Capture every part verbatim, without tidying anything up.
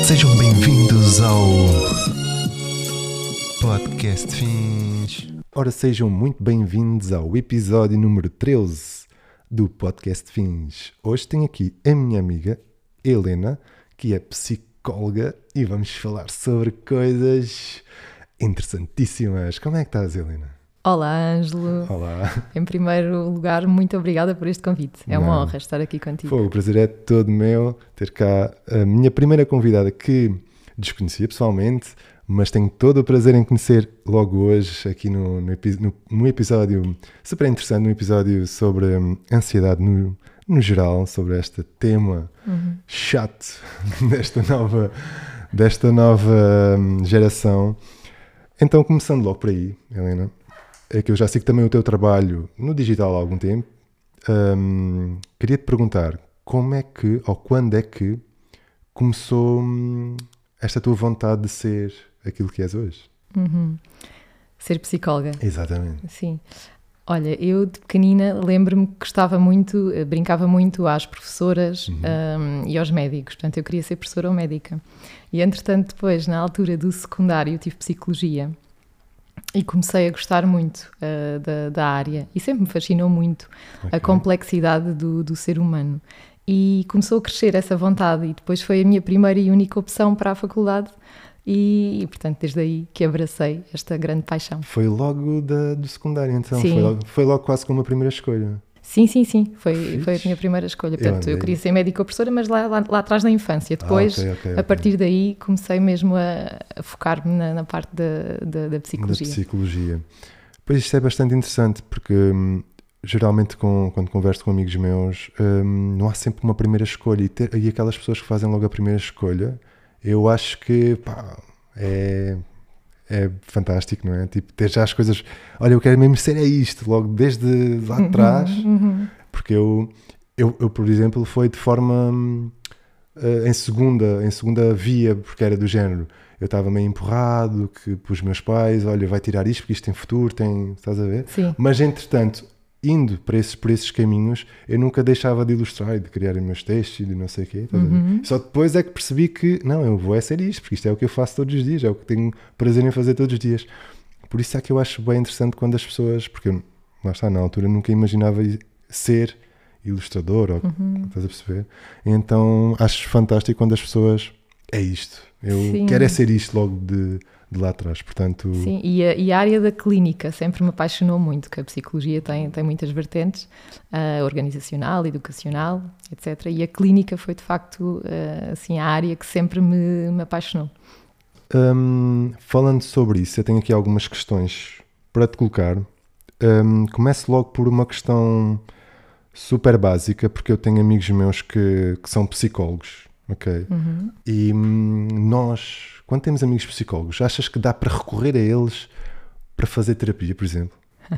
Sejam bem-vindos ao Podcast Fins. Ora, sejam muito bem-vindos ao episódio número treze do Podcast Fins. Hoje tenho aqui a minha amiga Helena, que é psicóloga, e vamos falar sobre coisas interessantíssimas. Como é que estás, Helena? Olá, Ângelo. Olá. Em primeiro lugar, muito obrigada por este convite. É uma Não. honra estar aqui contigo. Pô, o prazer é todo meu ter cá a minha primeira convidada, que desconhecia pessoalmente, mas tenho todo o prazer em conhecer logo hoje, aqui no, no, no, no episódio super interessante, um episódio sobre hum, ansiedade no, no geral, sobre este tema Uhum. chato desta nova, desta nova hum, geração. Então, começando logo por aí, Helena, é que eu já sigo também o teu trabalho no digital há algum tempo. Hum, queria te perguntar como é que, ou quando é que começou hum, esta tua vontade de ser aquilo que és hoje? Uhum. Ser psicóloga. Exatamente. Sim. Olha, eu de pequenina lembro-me que gostava muito, eh, brincava muito às professoras Uhum. hum, e aos médicos. Portanto, eu queria ser professora ou médica. E, entretanto, depois, na altura do secundário, tive psicologia. E comecei a gostar muito uh, da, da área e sempre me fascinou muito Okay. a complexidade do, do ser humano. E começou a crescer essa vontade e depois foi a minha primeira e única opção para a faculdade e, e portanto, desde aí que abracei esta grande paixão. Foi logo da, do secundário, então? Sim. Foi logo, foi logo quase como a primeira escolha? Sim, sim, sim, foi, Fixe. foi a minha primeira escolha. Eu Portanto, eu, andei. queria ser médica ou professora, mas lá, lá, lá atrás na infância. Depois, Ah, ok, ok, a ok. partir daí, comecei mesmo a, a focar-me na, na parte da, da, da psicologia. Da psicologia. Pois isto é bastante interessante, porque hum, geralmente com, quando converso com amigos meus, hum, não há sempre uma primeira escolha, e, ter, e aquelas pessoas que fazem logo a primeira escolha, eu acho que pá, é, é fantástico, não é? Tipo, ter já as coisas, olha, eu quero mesmo ser é isto, logo desde lá atrás, Uhum. porque eu, eu, eu, por exemplo, foi de forma hum, eh, em segunda, em segunda via, porque era do género. Eu estava meio empurrado, que pelos meus pais, olha, vai tirar isto porque isto tem futuro, tem, estás a ver? Sim. Mas, entretanto, indo para esses, por esses caminhos, eu nunca deixava de ilustrar e de criar os meus textos e de não sei o quê, estás a ver? Uhum. Só depois é que percebi que, não, eu vou é ser isto, porque isto é o que eu faço todos os dias, é o que tenho prazer em fazer todos os dias. Por isso é que eu acho bem interessante quando as pessoas, porque eu, lá está, na altura nunca imaginava ser ilustrador, ou, Uhum. estás a perceber? Então acho fantástico quando as pessoas, é isto, eu Sim. quero é ser isto logo de, de lá atrás, portanto... Sim, e a, e a área da clínica sempre me apaixonou muito, que a psicologia tem, tem muitas vertentes, uh, organizacional, educacional, etcétera. E a clínica foi, de facto, uh, assim, a área que sempre me, me apaixonou. Hum, falando sobre isso, eu tenho aqui algumas questões para te colocar. Hum, começo logo por uma questão super básica, porque eu tenho amigos meus que, que são psicólogos, ok? Uhum. E hum, nós, quando temos amigos psicólogos, achas que dá para recorrer a eles para fazer terapia, por exemplo?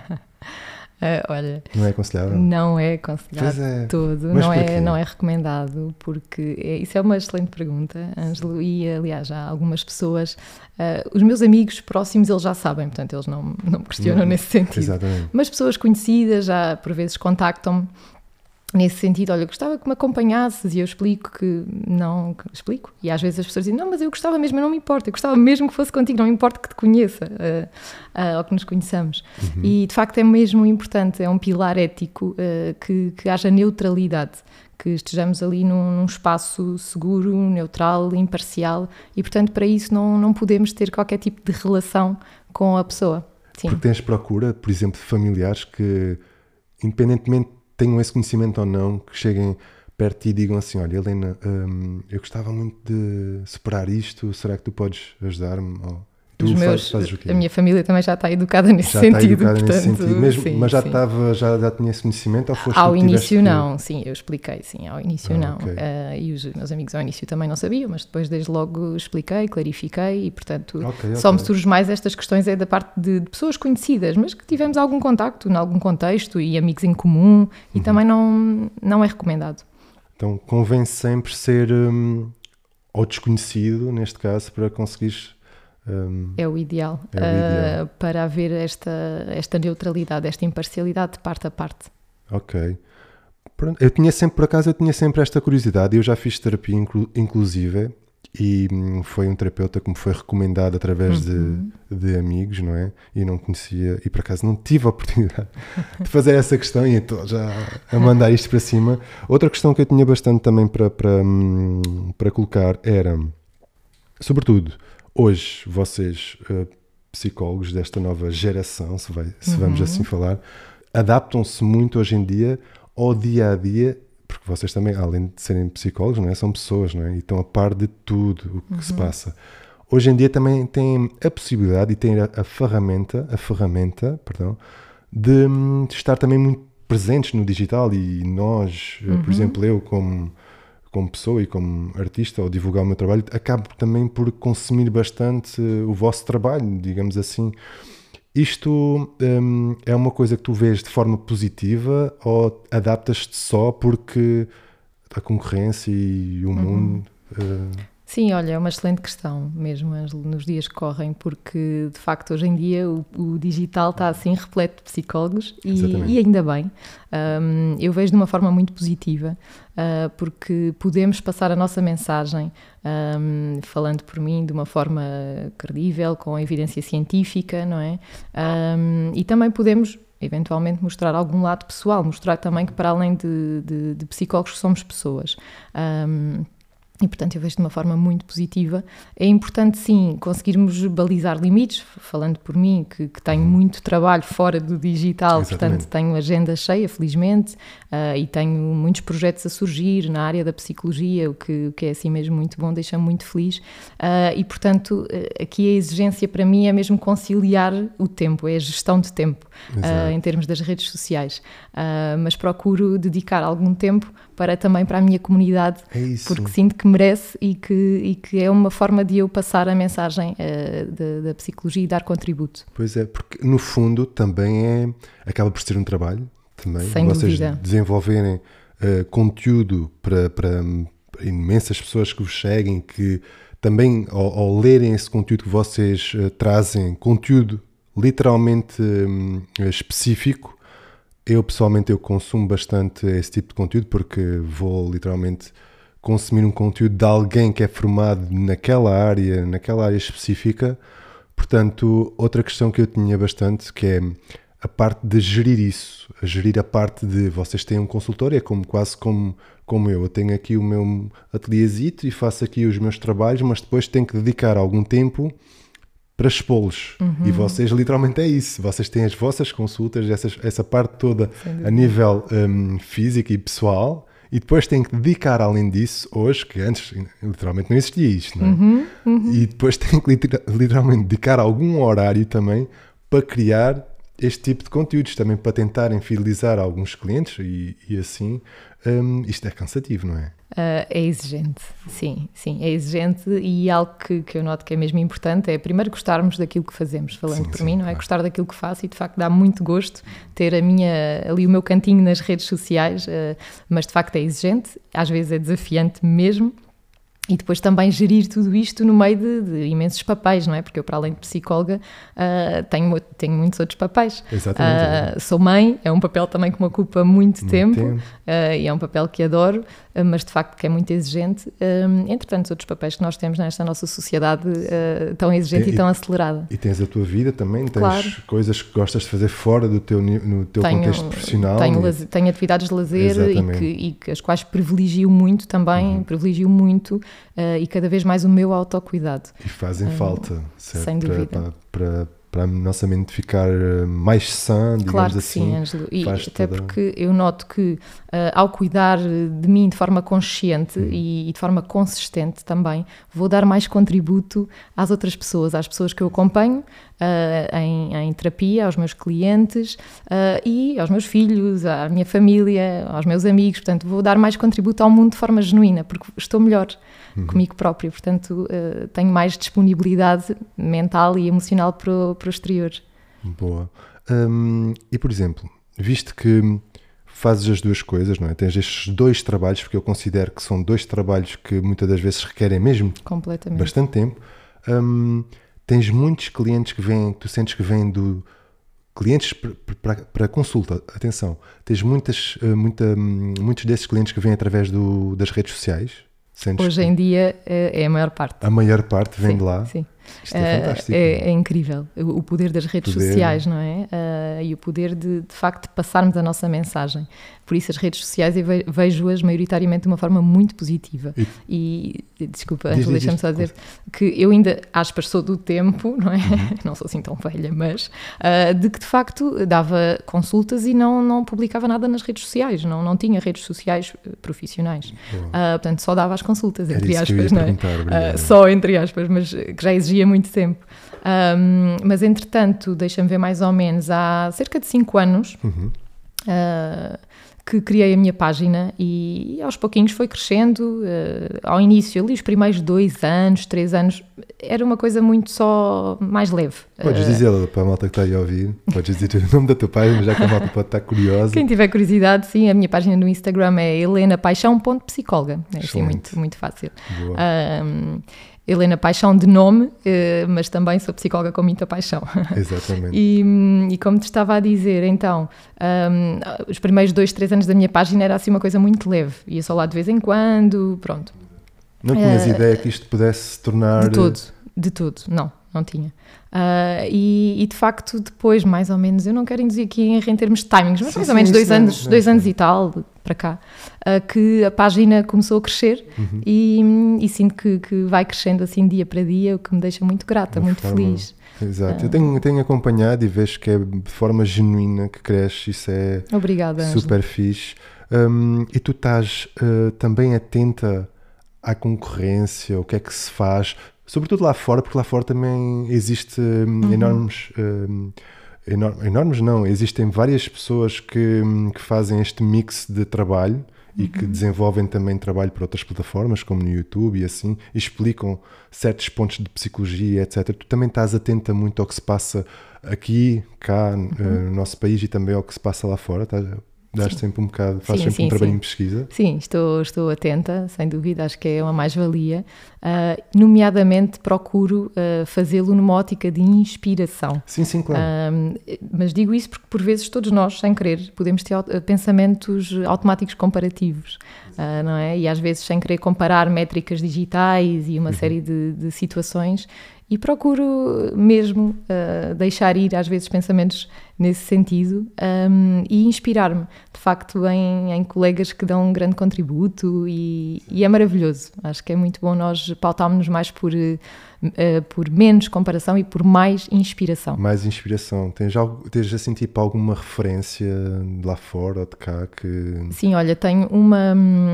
Uh, olha, Não é aconselhável? não é aconselhado Pois é. todo, Mas não porquê? é, não é recomendado, porque é, isso é uma excelente pergunta, Ângelo, e aliás já algumas pessoas, uh, os meus amigos próximos eles já sabem, portanto eles não, não me questionam Não, nesse sentido. Exatamente. Mas pessoas conhecidas já por vezes contactam-me nesse sentido, olha, gostava que me acompanhasses, e eu explico que não, que explico, e às vezes as pessoas dizem, não, mas eu gostava mesmo, não me importa, eu gostava mesmo que fosse contigo, não me importa que te conheça, uh, uh, ou que nos conheçamos. Uhum. E de facto é mesmo importante, é um pilar ético uh, que, que haja neutralidade, que estejamos ali num, num espaço seguro, neutral, imparcial, e portanto para isso não, não podemos ter qualquer tipo de relação com a pessoa. Sim. Porque tens procura, por exemplo, de familiares que, independentemente tenham esse conhecimento ou não, que cheguem perto de ti e digam assim, olha, Helena, hum, eu gostava muito de superar isto, será que tu podes ajudar-me? Ou tu Os faz- meus, fazes o quê? a minha família também já está educada nesse Já sentido, está educada portanto, nesse sentido, mesmo, sim, mas já, sim. estava, já, já tinha esse conhecimento ou foste Ao tu que tiveste início que- não, sim, eu expliquei, sim, ao início Ah, não. ok. Uh, e os meus amigos ao início também não sabiam, mas depois desde logo expliquei, clarifiquei e portanto Ok, só me ok. surge mais estas questões é da parte de, de pessoas conhecidas, mas que tivemos algum contacto, em algum contexto e amigos em comum e Uhum. também não, não é recomendado. Então convém sempre ser hum, ou desconhecido, neste caso, para conseguires... hum, É o ideal, É o ideal. uh, para haver esta, esta neutralidade, esta imparcialidade de parte a parte. ok. Pronto, eu tinha sempre, por acaso, eu tinha sempre esta curiosidade, eu já fiz terapia inclu- inclusive, e hum, foi um terapeuta que me foi recomendado através Uhum. de, de amigos, não é? E não conhecia, e por acaso não tive a oportunidade de fazer essa questão, e estou já a mandar isto para cima. Outra questão que eu tinha bastante também para, para, hum, para colocar era, sobretudo, hoje vocês, uh, psicólogos desta nova geração, se, vai, se Uhum. vamos assim falar, adaptam-se muito hoje em dia ao dia a dia, porque vocês também, além de serem psicólogos, não é? São pessoas, não é? E estão a par de tudo o que Uhum. se passa. Hoje em dia também têm a possibilidade e têm a, a ferramenta, a ferramenta, perdão, de, de estar também muito presentes no digital, e nós, Uhum. por exemplo, eu como, como pessoa e como artista, ao divulgar o meu trabalho, acabo também por consumir bastante o vosso trabalho, digamos assim. Isto hum, é uma coisa que tu vês de forma positiva, ou adaptas-te só porque a concorrência e o Uhum. mundo... Uh... Sim, olha, é uma excelente questão mesmo, Ângelo, nos dias que correm, porque de facto hoje em dia o, o digital está assim repleto de psicólogos e, e ainda bem. Um, eu vejo de uma forma muito positiva, uh, porque podemos passar a nossa mensagem, um, falando por mim, de uma forma credível, com evidência científica, não é? Um, e também podemos eventualmente mostrar algum lado pessoal, mostrar também que para além de, de, de psicólogos somos pessoas. Um, E, portanto, eu vejo de uma forma muito positiva. É importante, sim, conseguirmos balizar limites, falando por mim, que, que tenho muito trabalho fora do digital, Exatamente. Portanto, tenho agenda cheia, felizmente, uh, e tenho muitos projetos a surgir na área da psicologia, o que, o que é assim mesmo muito bom, deixa-me muito feliz. Uh, e, portanto, aqui a exigência para mim é mesmo conciliar o tempo, é a gestão de tempo, uh, em termos das redes sociais. Uh, mas procuro dedicar algum tempo para também para a minha comunidade, é isso. Porque sinto que merece e que, e que é uma forma de eu passar a mensagem uh, da, da psicologia e dar contributo. Pois é, porque no fundo também é, acaba por ser um trabalho também. Sem Vocês dúvida. desenvolverem uh, conteúdo para, para, para imensas pessoas que vos seguem, que também ao, ao lerem esse conteúdo que vocês uh, trazem, conteúdo literalmente um, específico. Eu pessoalmente eu consumo bastante esse tipo de conteúdo, porque vou literalmente consumir um conteúdo de alguém que é formado naquela área, naquela área específica. Portanto, outra questão que eu tinha bastante, que é a parte de gerir isso, a gerir a parte de vocês têm um consultório, é como, quase como, como eu, eu tenho aqui o meu ateliêzito e faço aqui os meus trabalhos, mas depois tenho que dedicar algum tempo para expô-los. Uhum. E vocês literalmente é isso, vocês têm as vossas consultas, essas, essa parte toda a nível um, físico e pessoal, e depois têm que dedicar, além disso, hoje, que antes literalmente não existia isto, não é? Uhum, uhum. E depois têm que literalmente dedicar algum horário também para criar este tipo de conteúdos, também para tentarem fidelizar alguns clientes, e, e assim, um, isto é cansativo, não é? Uh, é exigente, sim, sim, é exigente, e algo que, que eu noto que é mesmo importante é primeiro gostarmos daquilo que fazemos, falando sim, por sim, mim, não claro. é? Gostar daquilo que faço, e de facto dá muito gosto ter a minha, ali o meu cantinho nas redes sociais, uh, mas de facto é exigente, às vezes é desafiante mesmo. E depois também gerir tudo isto no meio de, de imensos papéis, não é? Porque eu, para além de psicóloga, uh, tenho, tenho muitos outros papéis. Exatamente. Uh, sou mãe, é um papel também que me ocupa muito, muito tempo, tempo. Uh, e é um papel que adoro, uh, mas de facto que é muito exigente. Um, entretanto, os outros papéis que nós temos nesta nossa sociedade uh, tão exigente e, e tão acelerada. E tens a tua vida também? Tens claro. coisas que gostas de fazer fora do teu, no teu tenho, contexto profissional? Tenho, lazer, tenho atividades de lazer e que, e que as quais privilegio muito também, uhum. privilegio muito uh, e cada vez mais o meu autocuidado. E fazem uh, falta, certo? Sem dúvida. Para, para, para a nossa mente ficar mais sã, digamos claro que assim. Sim, Ângelo. E até toda... porque eu noto que uh, ao cuidar de mim de forma consciente hum. e, e de forma consistente também, vou dar mais contributo às outras pessoas, às pessoas que eu acompanho uh, em, em terapia, aos meus clientes uh, e aos meus filhos, à minha família, aos meus amigos. Portanto, vou dar mais contributo ao mundo de forma genuína, porque estou melhor uhum. comigo próprio. Portanto, uh, tenho mais disponibilidade mental e emocional para o, para o exterior. Boa. Um, e, por exemplo, visto que fazes as duas coisas, não é? Tens estes dois trabalhos, porque eu considero que são dois trabalhos que muitas das vezes requerem mesmo bastante tempo. Um, tens muitos clientes que vêm, que tu sentes que vêm do... Clientes para consulta, atenção. Tens muitas, muita, muitos desses clientes que vêm através do, das redes sociais, Sentes Hoje que em dia é a maior parte. a maior parte vem Sim, de lá? Sim. Isto é Uh, fantástico. É, é incrível o poder das redes Poder. sociais, não é? Uh, e o poder de, de facto, passarmos a nossa mensagem. Por isso, as redes sociais eu ve- vejo-as maioritariamente de uma forma muito positiva. E, e desculpa, Diz, diz, deixa-me diz. só dizer que eu ainda, aspas, sou do tempo, não é? Uhum. Não sou assim tão velha, mas uh, de que, de facto, dava consultas e não, não publicava nada nas redes sociais. Não, não tinha redes sociais profissionais. Uh, portanto, só dava as consultas, Era entre isso que eu ia aspas, não é? perguntar, obrigado. Uh, só entre aspas, mas que já exigia muito tempo. Um, mas, entretanto, deixa-me ver mais ou menos, há cerca de cinco anos Uhum. uh, que criei a minha página e, e aos pouquinhos foi crescendo. Uh, ao início, ali os primeiros dois anos, três anos, era uma coisa muito só mais leve. Podes Uh, dizer para a malta que está aí a ouvir, podes dizer o nome da tua página, já que a malta pode estar curiosa. Quem tiver curiosidade, sim, a minha página no Instagram é helena paixão ponto psicóloga. É assim Excelente. muito, muito fácil. Boa. Um, Helena Paixão de nome, eh, mas também sou psicóloga com muita paixão. Exatamente. E, e como te estava a dizer, então, um, os primeiros dois, três anos da minha página era assim uma coisa muito leve. Ia só lá de vez em quando, pronto. Não tinhas Uh, ideia que isto pudesse se tornar... De todo, de todo, não, não tinha. Uh, e, e de facto depois, mais ou menos, eu não quero induzir aqui em, em termos de timings, mas Sim, mais sim, ou menos isso dois não- anos, não dois sei. anos e tal, para cá, uh, que a página começou a crescer Uhum. e, e sinto que, que vai crescendo assim dia para dia, o que me deixa muito grata, Uma muito forma- feliz. Exato. Ah. Eu tenho, tenho acompanhado e vejo que é de forma genuína que cresce, isso é Obrigada, Ângela. super fixe. Um, e tu estás uh, também atenta à concorrência, o que é que se faz, sobretudo lá fora, porque lá fora também existe um, Uhum. enormes... Um, enor- enormes não, existem várias pessoas que, hum, que fazem este mix de trabalho e que desenvolvem também trabalho para outras plataformas, como no YouTube e assim, e explicam certos pontos de psicologia, etcétera. Tu também estás atenta muito ao que se passa aqui, cá, eh, no nosso país e também ao que se passa lá fora? Estás, dás sempre um bocado, fazes Sim, sempre sim, um trabalhinho sim. de pesquisa? Sim, estou, estou atenta, sem dúvida, acho que é uma mais-valia. Uh, nomeadamente, procuro uh, fazê-lo numa ótica de inspiração. Sim, sim, claro. Um, mas digo isso porque, por vezes, todos nós, sem querer, podemos ter au- pensamentos automáticos comparativos, uh, não é? E às vezes, sem querer comparar métricas digitais e uma série de, de situações, e procuro mesmo uh, deixar ir, às vezes, pensamentos nesse sentido um, e inspirar-me, de facto, em, em colegas que dão um grande contributo e, e é maravilhoso. Acho que é muito bom nós pautarmos-nos mais por, uh, uh, por menos comparação e por mais inspiração. Mais inspiração. Tens, algo, tens assim, tipo, alguma referência de lá fora ou de cá que... Sim, olha, tenho uma,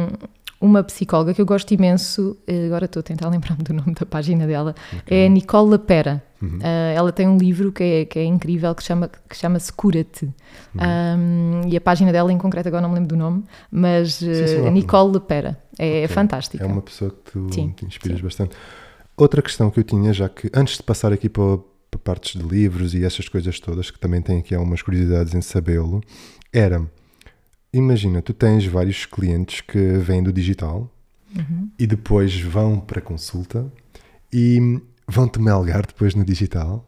uma psicóloga que eu gosto imenso, agora estou a tentar lembrar-me do nome da página dela, Okay. é a Nicole Lapera. Uhum. Uh, ela tem um livro que é, que é incrível, que, chama, que chama-se Cura-te. Um, e a página dela em concreto, agora não me lembro do nome, mas uh, Sim, sim, não há Nicole Lapera. É Ok. fantástica. É uma pessoa que tu Sim, te inspiras sim. bastante. Outra questão que eu tinha, já que antes de passar aqui para, para partes de livros e essas coisas todas, que também tenho aqui algumas curiosidades em sabê-lo, era, imagina, tu tens vários clientes que vêm do digital Uhum. e depois vão para consulta e vão-te melgar depois no digital.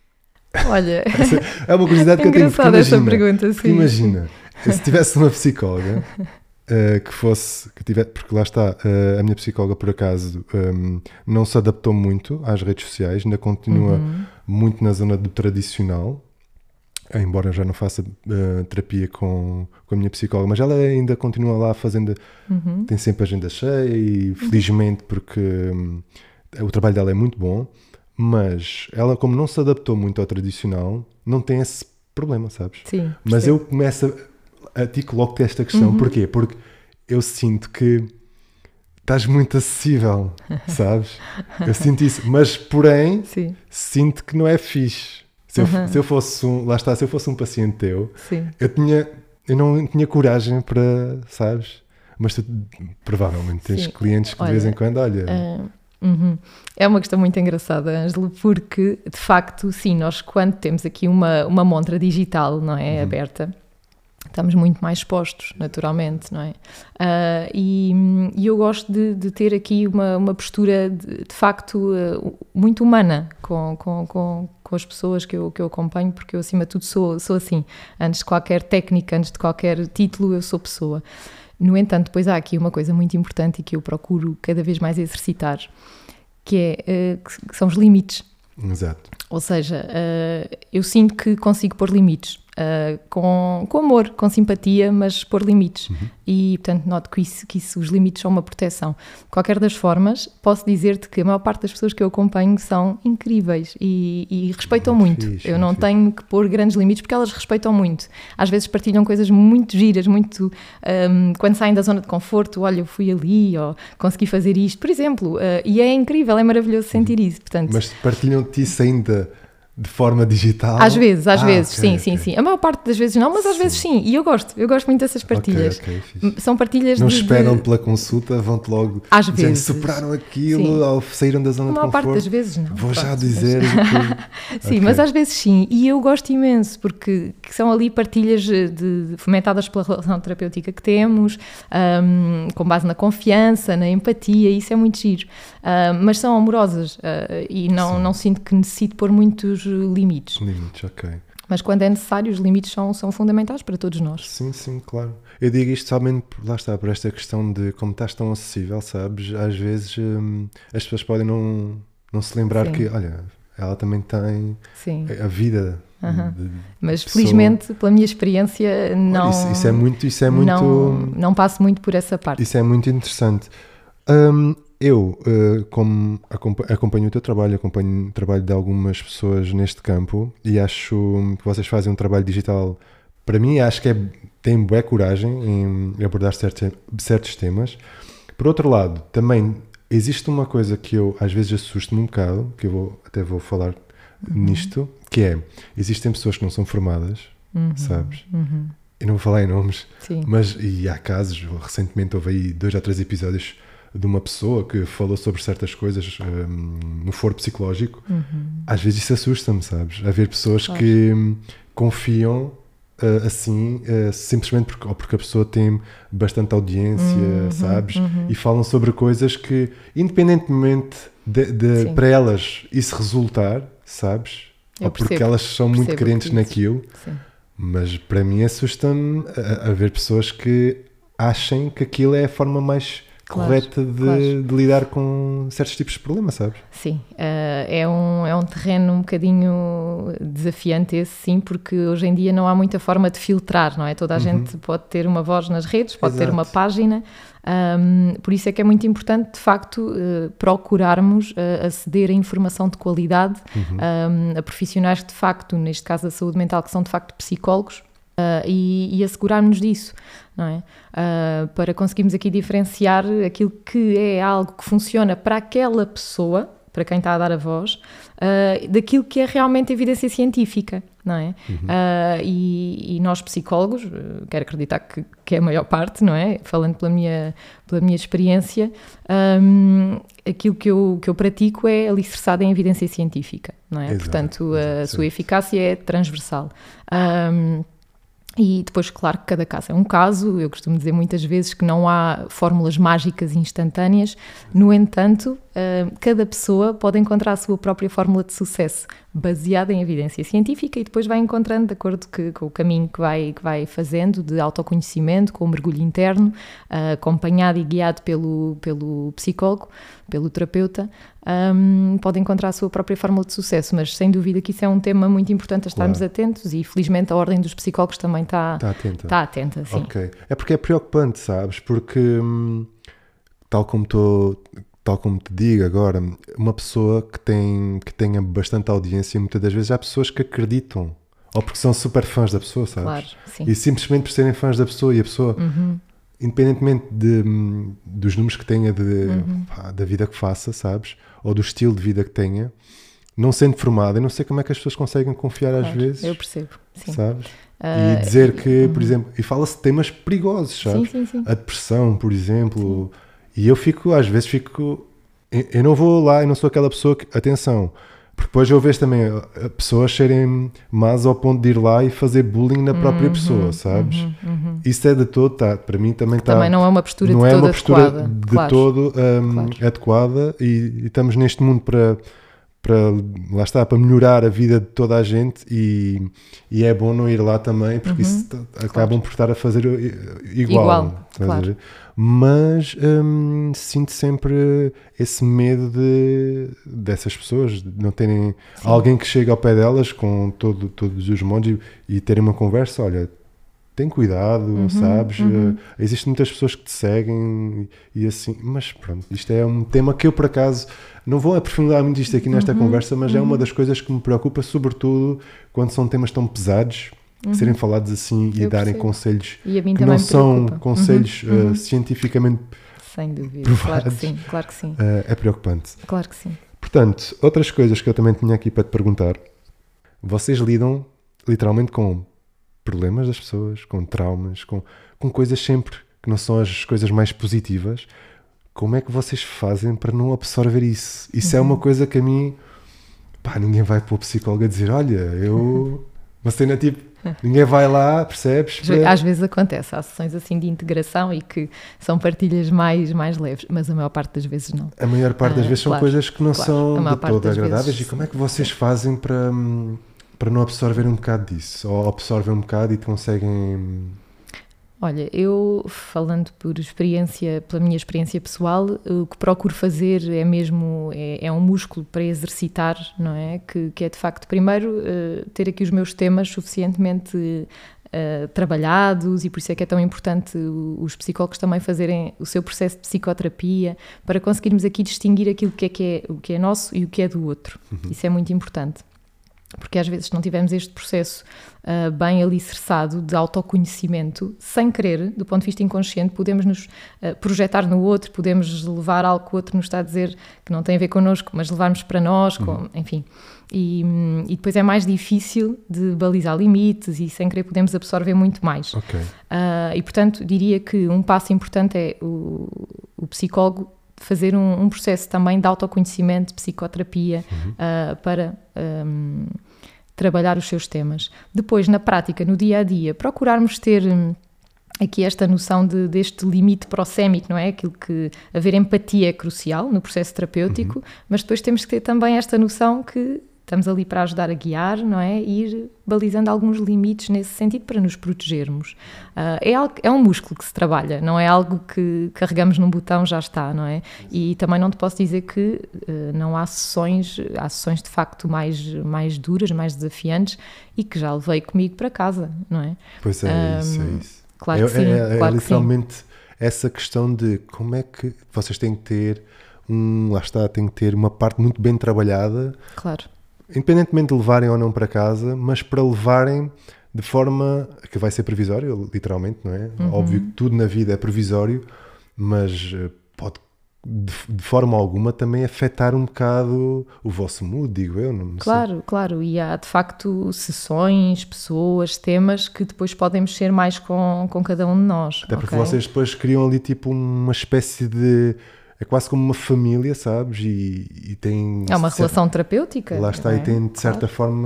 Olha, É uma curiosidade que eu tenho, porque engraçada essa imagina, pergunta, porque sim. imagina, se tivesse uma psicóloga uh, que fosse, que tivesse, porque lá está, uh, a minha psicóloga por acaso um, não se adaptou muito às redes sociais, ainda continua Uhum. muito na zona do tradicional, embora eu já não faça uh, terapia com, com a minha psicóloga, mas ela ainda continua lá fazendo, Uhum. tem sempre a agenda cheia e felizmente porque um, o trabalho dela é muito bom, mas ela, como não se adaptou muito ao tradicional, não tem esse problema, sabes? Sim, Mas percebo. eu começo a, a ti coloco-te esta questão. Uhum. Porquê? Porque eu sinto que estás muito acessível, sabes? Eu sinto isso. Mas, porém, Sim, sinto que não é fixe. Se eu, Uhum. se eu fosse um, lá está, se eu fosse um paciente teu, sim. eu tinha, eu não tinha coragem para, sabes? Mas tu provavelmente tens Sim. clientes que de Olha, vez em quando, olha, Ah, uhum. É uma questão muito engraçada, Ângelo, porque de facto, sim, nós quando temos aqui uma, uma montra digital, não é, Uhum. aberta, estamos muito mais expostos, naturalmente, não é? Ah, e, e eu gosto de, de ter aqui uma, uma postura de, de facto uh, muito humana com, com, com, com as pessoas que eu, que eu acompanho, porque eu acima de tudo sou, sou assim, antes de qualquer técnica, antes de qualquer título, eu sou pessoa. No entanto, depois há aqui uma coisa muito importante e que eu procuro cada vez mais exercitar, que, é, uh, que são os limites. Exato. Ou seja, uh, eu sinto que consigo pôr limites, uh, com, com amor, com simpatia, mas pôr limites. Uhum. E, portanto, noto que, isso, que isso, os limites são uma proteção. De qualquer das formas, posso dizer-te que a maior parte das pessoas que eu acompanho são incríveis e, e respeitam muito. muito. Fixe, eu não fixe. tenho que pôr grandes limites porque elas respeitam muito. Às vezes partilham coisas muito giras, muito... Um, quando saem da zona de conforto, olha, eu fui ali, ou consegui fazer isto, por exemplo. Uh, e é incrível, é maravilhoso sentir isso. Portanto, mas partilham-te isso ainda... de forma digital? Às vezes, às ah, vezes, okay, sim, okay. sim, sim. A maior parte das vezes não, mas às sim. vezes sim. E eu gosto, eu gosto muito dessas partilhas. Okay, okay, São partilhas não de... Não esperam de... pela consulta, vão-te logo... Às dizendo, vezes. superaram aquilo, ou saíram da zona de conforto. A maior parte das vezes não. Vou já dizer... Que... sim, okay. Mas às vezes sim. E eu gosto imenso, porque são ali partilhas de, de, fomentadas pela relação terapêutica que temos, um, com base na confiança, na empatia, isso é muito giro. Uh, mas são amorosas uh, e não, não sinto que necessito pôr muitos limites. Limites, ok. Mas quando é necessário, os limites são, são fundamentais para todos nós. Sim, sim, claro. Eu digo isto somente, lá está, por esta questão de como estás tão acessível, sabes? Às vezes hum, as pessoas podem não, não se lembrar sim. que, olha, ela também tem sim. a vida. Uhum. De, Mas pessoa. Felizmente, pela minha experiência, não, isso, isso é muito, isso é muito não, não passo muito por essa parte. Isso é muito interessante. Um, eu, uh, como acompanho o teu trabalho, acompanho o trabalho de algumas pessoas neste campo e acho que vocês fazem um trabalho digital, para mim, acho que é, tem boa coragem em abordar certos, certos temas. Por outro lado, também existe uma coisa que eu às vezes assusto-me um bocado, que eu vou, até vou falar uhum. nisto, que é, existem pessoas que não são formadas, uhum. sabes? Uhum. Eu não vou falar em nomes, Sim. mas e há casos, recentemente houve aí dois ou três episódios de uma pessoa que falou sobre certas coisas um, no foro psicológico. Uhum. Às vezes isso assusta-me, sabes? Haver pessoas claro. que um, confiam uh, assim, uh, simplesmente porque, ou porque a pessoa tem bastante audiência, uhum. sabes? Uhum. E falam sobre coisas que, independentemente de, de para elas isso resultar, sabes? Eu ou percebo, porque elas são muito crentes isso. naquilo. Sim. Mas para mim assusta-me haver pessoas que achem que aquilo é a forma mais claro, correta de, claro. de lidar com certos tipos de problemas, sabes? Sim, uh, é, um, é um terreno um bocadinho desafiante esse, sim, porque hoje em dia não há muita forma de filtrar, não é? Toda a uhum. gente pode ter uma voz nas redes, pode Exato. ter uma página, um, por isso é que é muito importante, de facto, uh, procurarmos uh, aceder a informação de qualidade, uhum. um, a profissionais que, de facto, neste caso da saúde mental, que são de facto psicólogos, Uh, e, e assegurarmos disso, não é? Uh, para conseguirmos aqui diferenciar aquilo que é algo que funciona para aquela pessoa, para quem está a dar a voz, uh, daquilo que é realmente evidência científica, não é? Uhum. Uh, e, e nós psicólogos, uh, quero acreditar que, que é a maior parte, não é? Falando pela minha, pela minha experiência, um, aquilo que eu, que eu pratico é alicerçado em evidência científica, não é? Exato, Portanto, exato, a sua eficácia é transversal. Um, E depois, claro, que cada caso é um caso. Eu costumo dizer muitas vezes que não há fórmulas mágicas instantâneas. No entanto, cada pessoa pode encontrar a sua própria fórmula de sucesso, baseada em evidência científica, e depois vai encontrando de acordo que, com o caminho que vai, que vai fazendo de autoconhecimento, com o mergulho interno, acompanhado e guiado pelo, pelo psicólogo, pelo terapeuta, um, pode encontrar a sua própria fórmula de sucesso. Mas sem dúvida que isso é um tema muito importante a estarmos claro. atentos, e felizmente a Ordem dos Psicólogos também está, está atenta. Está atenta, sim. Ok. É porque é preocupante, sabes? Porque hum, tal como estou... Tal como te digo agora, uma pessoa que, tem, que tenha bastante audiência, muitas das vezes há pessoas que acreditam, ou porque são super fãs da pessoa, sabes? Claro, sim. E simplesmente por serem fãs da pessoa, e a pessoa, uhum. independentemente de, dos números que tenha, de, uhum. pá, da vida que faça, sabes? Ou do estilo de vida que tenha, não sendo formada, eu não sei como é que as pessoas conseguem confiar claro, às vezes. Eu percebo, sim. Sabes? Uh, e dizer que, uhum. por exemplo, e fala-se de temas perigosos, sabes? Sim, sim, sim. A depressão, por exemplo... Sim. E eu fico, às vezes fico... Eu não vou lá, eu não sou aquela pessoa que... Atenção, porque depois eu vejo também pessoas serem más ao ponto de ir lá e fazer bullying na própria uhum, pessoa, sabes? Uhum, uhum. Isso é de todo, tá, para mim também está... Também não é uma postura não de é todo uma postura adequada. de claro. todo um, claro. adequada, e, e estamos neste mundo para, para, lá está, para melhorar a vida de toda a gente e, e é bom não ir lá também porque uhum, isso t- acabam por estar a fazer igual. Igual, claro. Mas hum, sinto sempre esse medo de, dessas pessoas, de não terem Sim. alguém que chegue ao pé delas com todo, todos os modos e, e terem uma conversa, olha, tem cuidado, uhum, sabes? Uhum. Uh, existem muitas pessoas que te seguem e, e assim, mas pronto, isto é um tema que eu por acaso não vou aprofundar muito isto aqui nesta uhum, conversa, mas uhum. é uma das coisas que me preocupa, sobretudo quando são temas tão pesados, uhum. serem falados assim e eu darem percebo. conselhos que não são conselhos uhum, uh, uhum. cientificamente Sem dúvida, provados. Claro que sim, claro que sim. Uh, é preocupante. Claro que sim. Portanto, outras coisas que eu também tinha aqui para te perguntar, vocês lidam literalmente com problemas das pessoas, com traumas, com, com coisas sempre que não são as coisas mais positivas. Como é que vocês fazem para não absorver isso? Isso uhum. é uma coisa que a mim, pá, ninguém vai para o psicólogo a dizer, olha, eu, uma cena tipo, ninguém vai lá, percebes? Para... Às vezes acontece, há sessões assim de integração e que são partilhas mais, mais leves, mas a maior parte das vezes não. A maior parte das ah, vezes são claro, coisas que não claro, são de todo agradáveis. Vezes, e como é que vocês fazem para... para não absorver um bocado disso? Ou absorvem um bocado e conseguem... Olha, eu, falando por experiência, pela minha experiência pessoal, o que procuro fazer é mesmo, é, é um músculo para exercitar, não é? Que, que é, de facto, primeiro, uh, ter aqui os meus temas suficientemente uh, trabalhados, e por isso é que é tão importante os psicólogos também fazerem o seu processo de psicoterapia, para conseguirmos aqui distinguir aquilo que é, que é, o que é nosso e o que é do outro. Uhum. Isso é muito importante. Porque às vezes, se não tivermos este processo uh, bem alicerçado de autoconhecimento, sem querer, do ponto de vista inconsciente, podemos nos uh, projetar no outro, podemos levar algo que o outro nos está a dizer que não tem a ver connosco, mas levarmos para nós, com, uhum. enfim. E, e depois é mais difícil de balizar limites e, sem querer, podemos absorver muito mais. Okay. Uh, e, portanto, diria que um passo importante é o, o psicólogo fazer um, um processo também de autoconhecimento, de psicoterapia, uhum. uh, para um, trabalhar os seus temas. Depois, na prática, no dia-a-dia, procurarmos ter um, aqui esta noção de, deste limite prossémico, não é? Aquilo que haver empatia é crucial no processo terapêutico, uhum. mas depois temos que ter também esta noção que estamos ali para ajudar a guiar, não é? E ir balizando alguns limites nesse sentido para nos protegermos. Uh, é, algo, é um músculo que se trabalha, não é algo que carregamos num botão, já está, não é? E também não te posso dizer que uh, não há sessões, há sessões de facto mais, mais duras, mais desafiantes e que já levei comigo para casa, não é? Pois é, um, isso, é isso. Claro é, que sim, é, é, claro é que literalmente sim. Essa questão de como é que vocês têm que ter um, lá está, têm que ter uma parte muito bem trabalhada. Claro. Independentemente de levarem ou não para casa, mas para levarem de forma que vai ser provisório, literalmente, não é? Uhum. Óbvio que tudo na vida é provisório, mas pode de, de forma alguma também afetar um bocado o vosso mood, digo eu. Não claro, sei. Claro, e há de facto sessões, pessoas, temas que depois podem mexer mais com, com cada um de nós. Até porque okay? vocês depois criam ali tipo uma espécie de... É quase como uma família, sabes? E, e tem... É uma certa, relação terapêutica. Lá está, é? e tem, de certa claro. forma,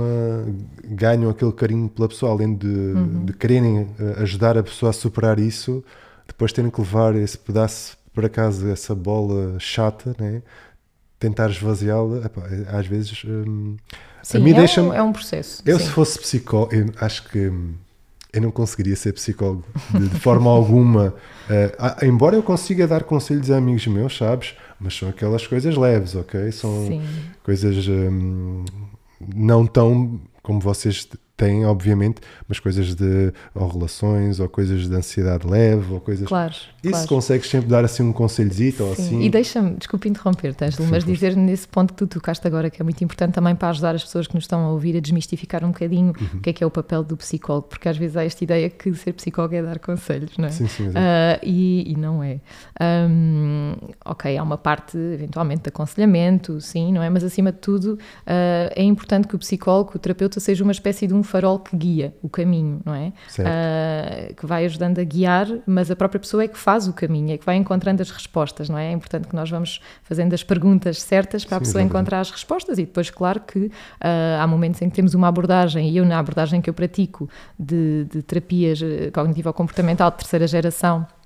ganham aquele carinho pela pessoa, além de, uhum. de quererem ajudar a pessoa a superar isso, depois terem que levar esse pedaço para casa, essa bola chata, né? Tentar esvaziá-la, epá, às vezes... Hum, sim, a mim é, deixa-me... um, é um processo. Eu, sim. se fosse psicólogo, eu acho que... Eu não conseguiria ser psicólogo de, de forma alguma, uh, embora eu consiga dar conselhos a amigos meus, sabes? Mas são aquelas coisas leves, ok? São Sim. coisas um, não tão como vocês têm, obviamente, mas coisas de ou relações, ou coisas de ansiedade leve, ou coisas... Claro, Isso claro. consegues sempre dar assim um conselhozito ou assim... E deixa-me, desculpe interromper-te, Ângelo, mas dizer nesse ponto que tu tocaste agora, que é muito importante também para ajudar as pessoas que nos estão a ouvir a desmistificar um bocadinho uhum. o que é que é o papel do psicólogo, porque às vezes há esta ideia que ser psicólogo é dar conselhos, não é? Sim, sim, uh, e, e não é. Um, ok, há uma parte, eventualmente, de aconselhamento, sim, não é? Mas, acima de tudo, uh, é importante que o psicólogo, o terapeuta, seja uma espécie de um farol que guia o caminho, não é? Uh, que vai ajudando a guiar, mas a própria pessoa é que faz o caminho, é que vai encontrando as respostas, não é? É importante que nós vamos fazendo as perguntas certas para Sim, a pessoa exatamente. encontrar as respostas, e depois, claro que uh, há momentos em que temos uma abordagem, e eu na abordagem que eu pratico de, de terapias cognitivo-comportamental de terceira geração,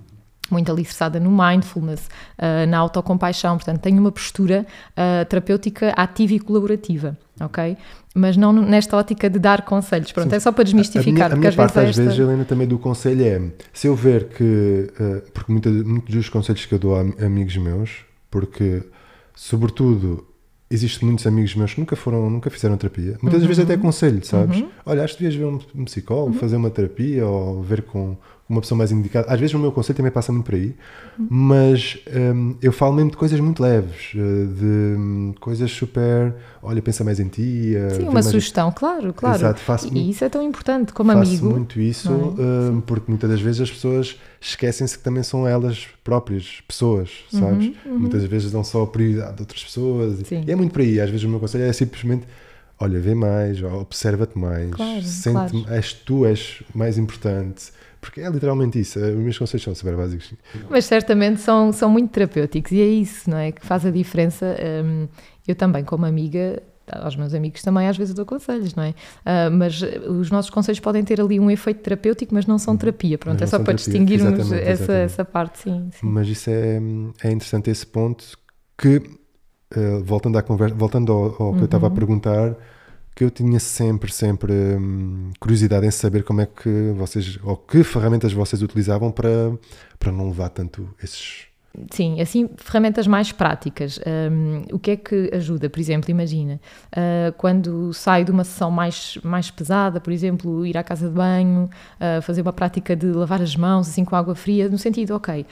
muito alicerçada no mindfulness, uh, na autocompaixão, portanto tenho uma postura uh, terapêutica ativa e colaborativa, ok? Mas não nesta ótica de dar conselhos, pronto, sim, é só para desmistificar. A minha, a minha parte às esta... vezes, Helena, também do conselho é, se eu ver que, uh, porque muitos, muitos dos conselhos que eu dou a amigos meus, porque sobretudo existem muitos amigos meus que nunca foram, nunca fizeram terapia, muitas uhum. vezes até conselho, sabes? Uhum. Olha, acho que devias ver um, um psicólogo, uhum. fazer uma terapia ou ver com uma pessoa mais indicada. Às vezes o meu conselho também passa muito por aí, uhum. mas um, eu falo mesmo de coisas muito leves, de um, coisas super, olha, pensa mais em ti. Sim, uma sugestão, mais... claro, claro. Exato, faço e muito, isso é tão importante como faço amigo. Faço muito isso, é? um, porque muitas das vezes as pessoas esquecem-se que também são elas próprias pessoas, sabes? Uhum, uhum. Muitas vezes dão só a prioridade de outras pessoas. Sim. E é muito por aí. Às vezes o meu conselho é simplesmente, olha, vê mais, observa-te mais, claro, sente, claro. És, tu és mais importante. Porque é literalmente isso, os meus conselhos são super básicos. Mas certamente são, são muito terapêuticos e é isso, não é? Que faz a diferença. Um, eu também, como amiga, aos meus amigos também às vezes dou conselhos, não é? Uh, mas os nossos conselhos podem ter ali um efeito terapêutico, mas não são terapia, pronto, é só para terapia. Distinguirmos exatamente, essa, exatamente. essa parte, sim, sim. Mas isso é, é interessante esse ponto que, uh, voltando, à conversa, voltando ao, ao que uhum. eu estava a perguntar, que eu tinha sempre, sempre hum, curiosidade em saber como é que vocês, ou que ferramentas vocês utilizavam para, para não levar tanto esses... Sim, assim, ferramentas mais práticas. Um, o que é que ajuda? Por exemplo, imagina, uh, quando saio de uma sessão mais, mais pesada, por exemplo, ir à casa de banho, uh, fazer uma prática de lavar as mãos, assim, com água fria, no sentido, ok,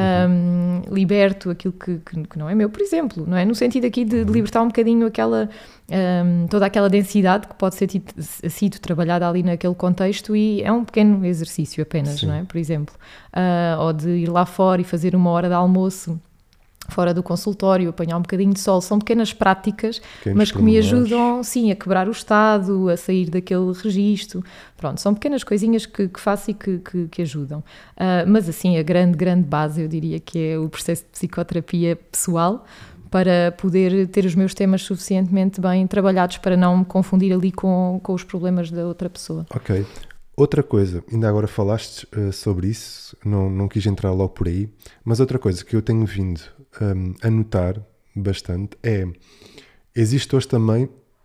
um, uhum. liberto aquilo que, que, que não é meu, por exemplo, não é? No sentido aqui de, de libertar um bocadinho aquela... Um, toda aquela densidade que pode ser tido, sido trabalhada ali naquele contexto e é um pequeno exercício apenas, sim. não é? Por exemplo, uh, ou de ir lá fora e fazer uma hora de almoço fora do consultório, apanhar um bocadinho de sol, são pequenas práticas, pequenos mas que me ajudam, sim, a quebrar o estado, a sair daquele registro, pronto, são pequenas coisinhas que, que faço e que, que, que ajudam, uh, mas assim, a grande, grande base eu diria que é o processo de psicoterapia pessoal, para poder ter os meus temas suficientemente bem trabalhados para não me confundir ali com, com os problemas da outra pessoa. Ok. Outra coisa, ainda agora falaste uh, sobre isso, não, não quis entrar logo por aí, mas outra coisa que eu tenho vindo um, a notar bastante é, existe hoje também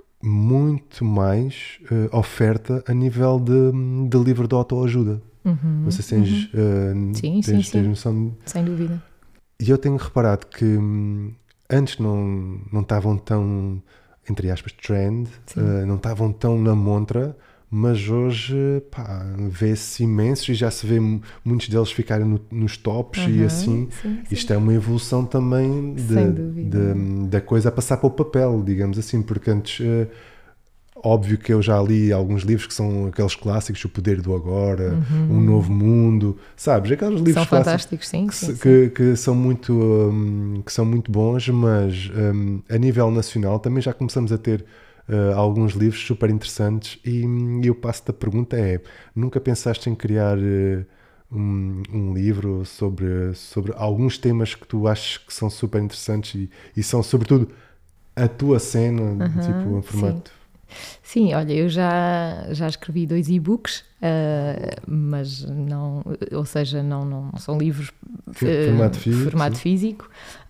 muito mais uh, oferta a nível de, de livro de autoajuda. Uhum, não sei se tens, uhum. uh, sim, tens, sim, tens sim. noção. Sem dúvida. E eu tenho reparado que um, antes não, não estavam tão, entre aspas, trend, uh, não estavam tão na montra, mas hoje, pá, vê-se imensos e já se vê muitos deles ficarem no, nos tops uhum, e assim. Sim, sim. Isto é uma evolução também de, de, da coisa a passar para o papel, digamos assim, porque antes... Uh, óbvio que eu já li alguns livros que são aqueles clássicos, O Poder do Agora, uhum. Um Novo Mundo, sabes? Aqueles livros são fantásticos, sim, que, sim, sim. Que, que, são muito, um, que são muito bons, mas um, a nível nacional também já começamos a ter uh, alguns livros super interessantes e, e eu passo-te a pergunta é, nunca pensaste em criar uh, um, um livro sobre, sobre alguns temas que tu achas que são super interessantes e, e são sobretudo a tua cena, uhum, tipo, em formato... Sim. Sim, olha, eu já, já escrevi dois e-books, uh, mas não, ou seja, não, não são livros uh, formato físico, formato físico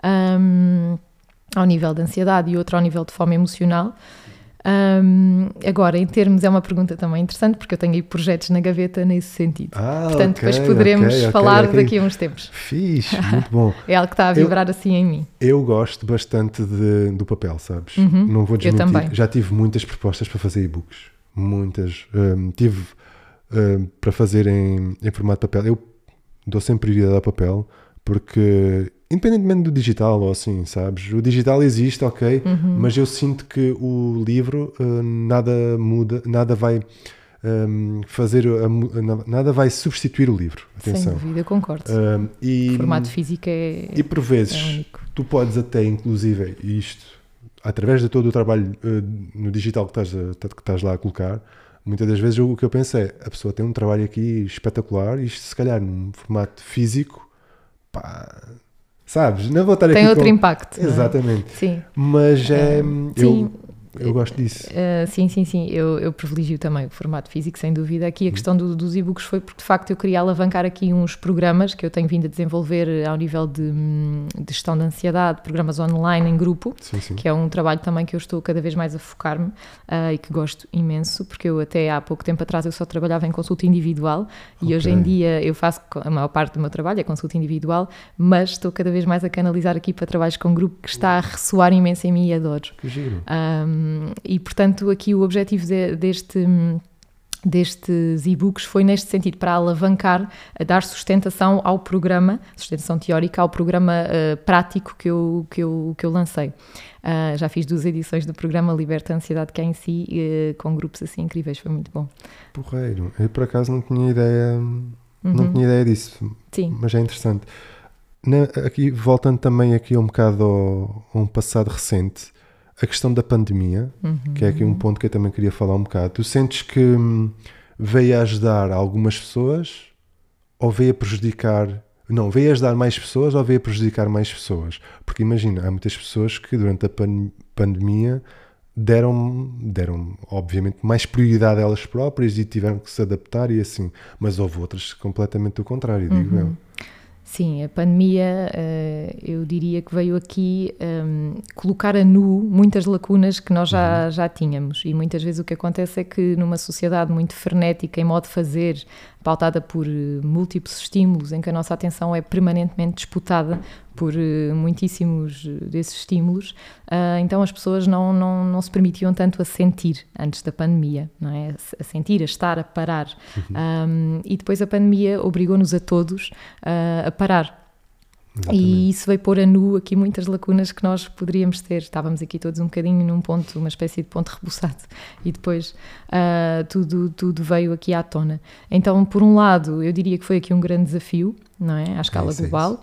um, ao nível de ansiedade e outro ao nível de fome emocional. Um, agora, em termos, é uma pergunta também interessante, porque eu tenho aí projetos na gaveta nesse sentido. Ah, Portanto, okay, depois poderemos okay, falar okay. daqui a uns tempos. Fixe, muito bom. É algo que está a vibrar eu, assim em mim. Eu gosto bastante de, do papel, sabes? Uhum, não vou desmentir. Eu também. Já tive muitas propostas para fazer e-books. Muitas. Um, tive um, para fazer em, em formato de papel. Eu dou sempre prioridade ao papel, porque... independentemente do digital ou assim, sabes? O digital existe, ok, uhum. mas eu sinto que o livro uh, nada muda, nada vai um, fazer, a, a, nada vai substituir o livro. Atenção. Sem dúvida, eu concordo. Um, e, o formato físico é E por vezes, é único. Tu podes até, inclusive, isto, através de todo o trabalho uh, no digital que estás, a, que estás lá a colocar, muitas das vezes o que eu penso é, a pessoa tem um trabalho aqui espetacular, isto se calhar num formato físico, pá... Sabes? Não vou estar Tem aqui outro com... impacto. Exatamente. Sim. Mas é... Uh, eu, eu gosto disso. Uh, sim, sim, sim, eu, eu privilegio também o formato físico, sem dúvida. Aqui a questão do, dos e-books foi porque, de facto, eu queria alavancar aqui uns programas que eu tenho vindo a desenvolver ao nível de, de gestão de ansiedade, programas online em grupo, sim, sim. que é um trabalho também que eu estou cada vez mais a focar-me uh, e que gosto imenso, porque eu até há pouco tempo atrás eu só trabalhava em consulta individual e okay. hoje em dia eu faço, a maior parte do meu trabalho é consulta individual, mas estou cada vez mais a canalizar aqui para trabalhos com grupo que está a ressoar imenso em mim e adoro. Que giro. Um, e portanto aqui o objetivo de, deste, destes e-books foi neste sentido, para alavancar, a dar sustentação ao programa, sustentação teórica ao programa uh, prático que eu, que eu, que eu lancei. Uh, já fiz duas edições do programa Liberta a Ansiedade que é em si, uh, com grupos assim incríveis, foi muito bom. Porreiro, eu por acaso não tinha ideia, uhum. não tinha ideia disso, Sim. Mas é interessante. Na, aqui, voltando também aqui um bocado ao, a um passado recente, a questão da pandemia, uhum. que é aqui um ponto que eu também queria falar um bocado. Tu sentes que hum, veio a ajudar algumas pessoas ou veio a prejudicar... Não, veio a ajudar mais pessoas ou veio a prejudicar mais pessoas? Porque imagina, há muitas pessoas que durante a pan- pandemia deram, deram, obviamente, mais prioridade a elas próprias e tiveram que se adaptar e assim. Mas houve outras completamente o contrário, digo uhum. eu. Sim, a pandemia, eu diria que veio aqui um, colocar a nu muitas lacunas que nós já, uhum. já tínhamos, e muitas vezes o que acontece é que numa sociedade muito frenética, em modo de fazer, pautada por múltiplos estímulos, em que a nossa atenção é permanentemente disputada por muitíssimos desses estímulos, uh, então as pessoas não, não, não se permitiam tanto a sentir antes da pandemia, não é? A sentir, a estar, a parar. Uhum. Um, e depois a pandemia obrigou-nos a todos uh, a parar. Exatamente. E isso veio pôr a nu aqui muitas lacunas que nós poderíamos ter. Estávamos aqui todos um bocadinho num ponto, uma espécie de ponto rebuçado, e depois uh, tudo, tudo veio aqui à tona. Então, por um lado, eu diria que foi aqui um grande desafio, não é? À escala é global,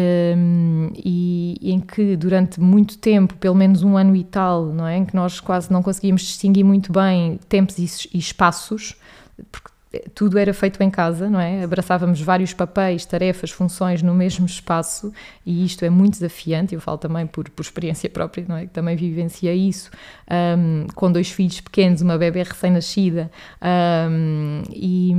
um, e, e em que durante muito tempo, pelo menos um ano e tal, não é? Em que nós quase não conseguíamos distinguir muito bem tempos e, e espaços, porque tudo era feito em casa, não é? Abraçávamos vários papéis, tarefas, funções no mesmo espaço, e isto é muito desafiante. Eu falo também por, por experiência própria, não é? Que também vivenciei isso, um, com dois filhos pequenos, uma bebê recém-nascida, um, e,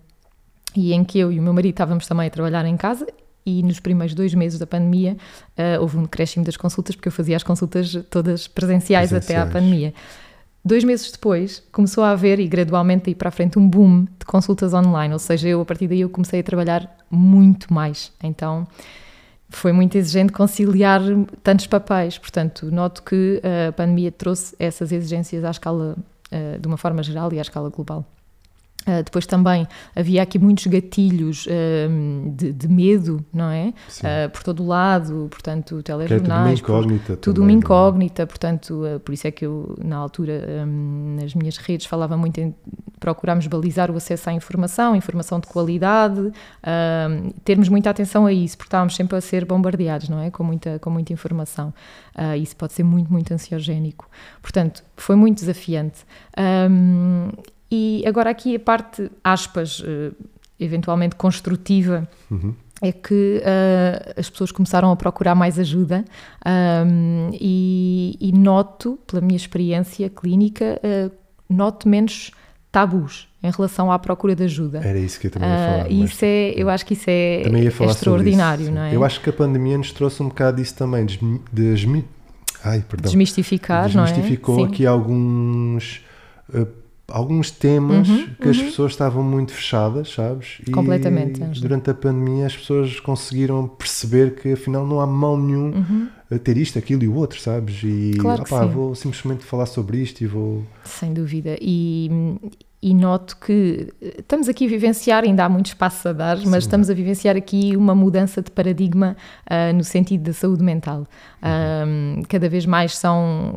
e em que eu e o meu marido estávamos também a trabalhar em casa. E nos primeiros dois meses da pandemia uh, houve um decréscimo das consultas, porque eu fazia as consultas todas presenciais, presenciais. até à pandemia. Dois meses depois, começou a haver, e gradualmente daí para a frente, um boom de consultas online, ou seja, eu a partir daí eu comecei a trabalhar muito mais, então foi muito exigente conciliar tantos papéis, portanto noto que a pandemia trouxe essas exigências à escala, de uma forma geral e à escala global. Uh, depois também havia aqui muitos gatilhos uh, de, de medo, não é? Uh, por todo o lado, portanto, telejornais. Que é tudo uma incógnita. Por, tudo também, uma incógnita, portanto, uh, por isso é que eu, na altura, um, nas minhas redes, falava muito em procurarmos balizar o acesso à informação, informação de qualidade, uh, termos muita atenção a isso, porque estávamos sempre a ser bombardeados, não é? Com muita, com muita informação. Uh, isso pode ser muito, muito ansiogénico. Portanto, foi muito desafiante. Um, E agora aqui a parte, aspas, uh, eventualmente construtiva, uhum. é que uh, as pessoas começaram a procurar mais ajuda, um, e, e noto, pela minha experiência clínica, uh, noto menos tabus em relação à procura de ajuda. Era isso que eu também ia falar. Uh, isso é, eu acho que isso é, é extraordinário, não é? Eu acho que a pandemia nos trouxe um bocado disso também, de, de, de, ai, perdão, desmistificar, desmistificou não é? aqui alguns... Uh, alguns temas uhum, que uhum. as pessoas estavam muito fechadas, sabes? E completamente. Durante a pandemia as pessoas conseguiram perceber que afinal não há mal nenhum uhum. a ter isto, aquilo e o outro, sabes? E claro opá, vou simplesmente falar sobre isto e vou... Sem dúvida. E, e noto que estamos aqui a vivenciar, ainda há muito espaço a dar, mas Sim, estamos a vivenciar aqui uma mudança de paradigma uh, no sentido da saúde mental. Uhum. Uh, cada vez mais são,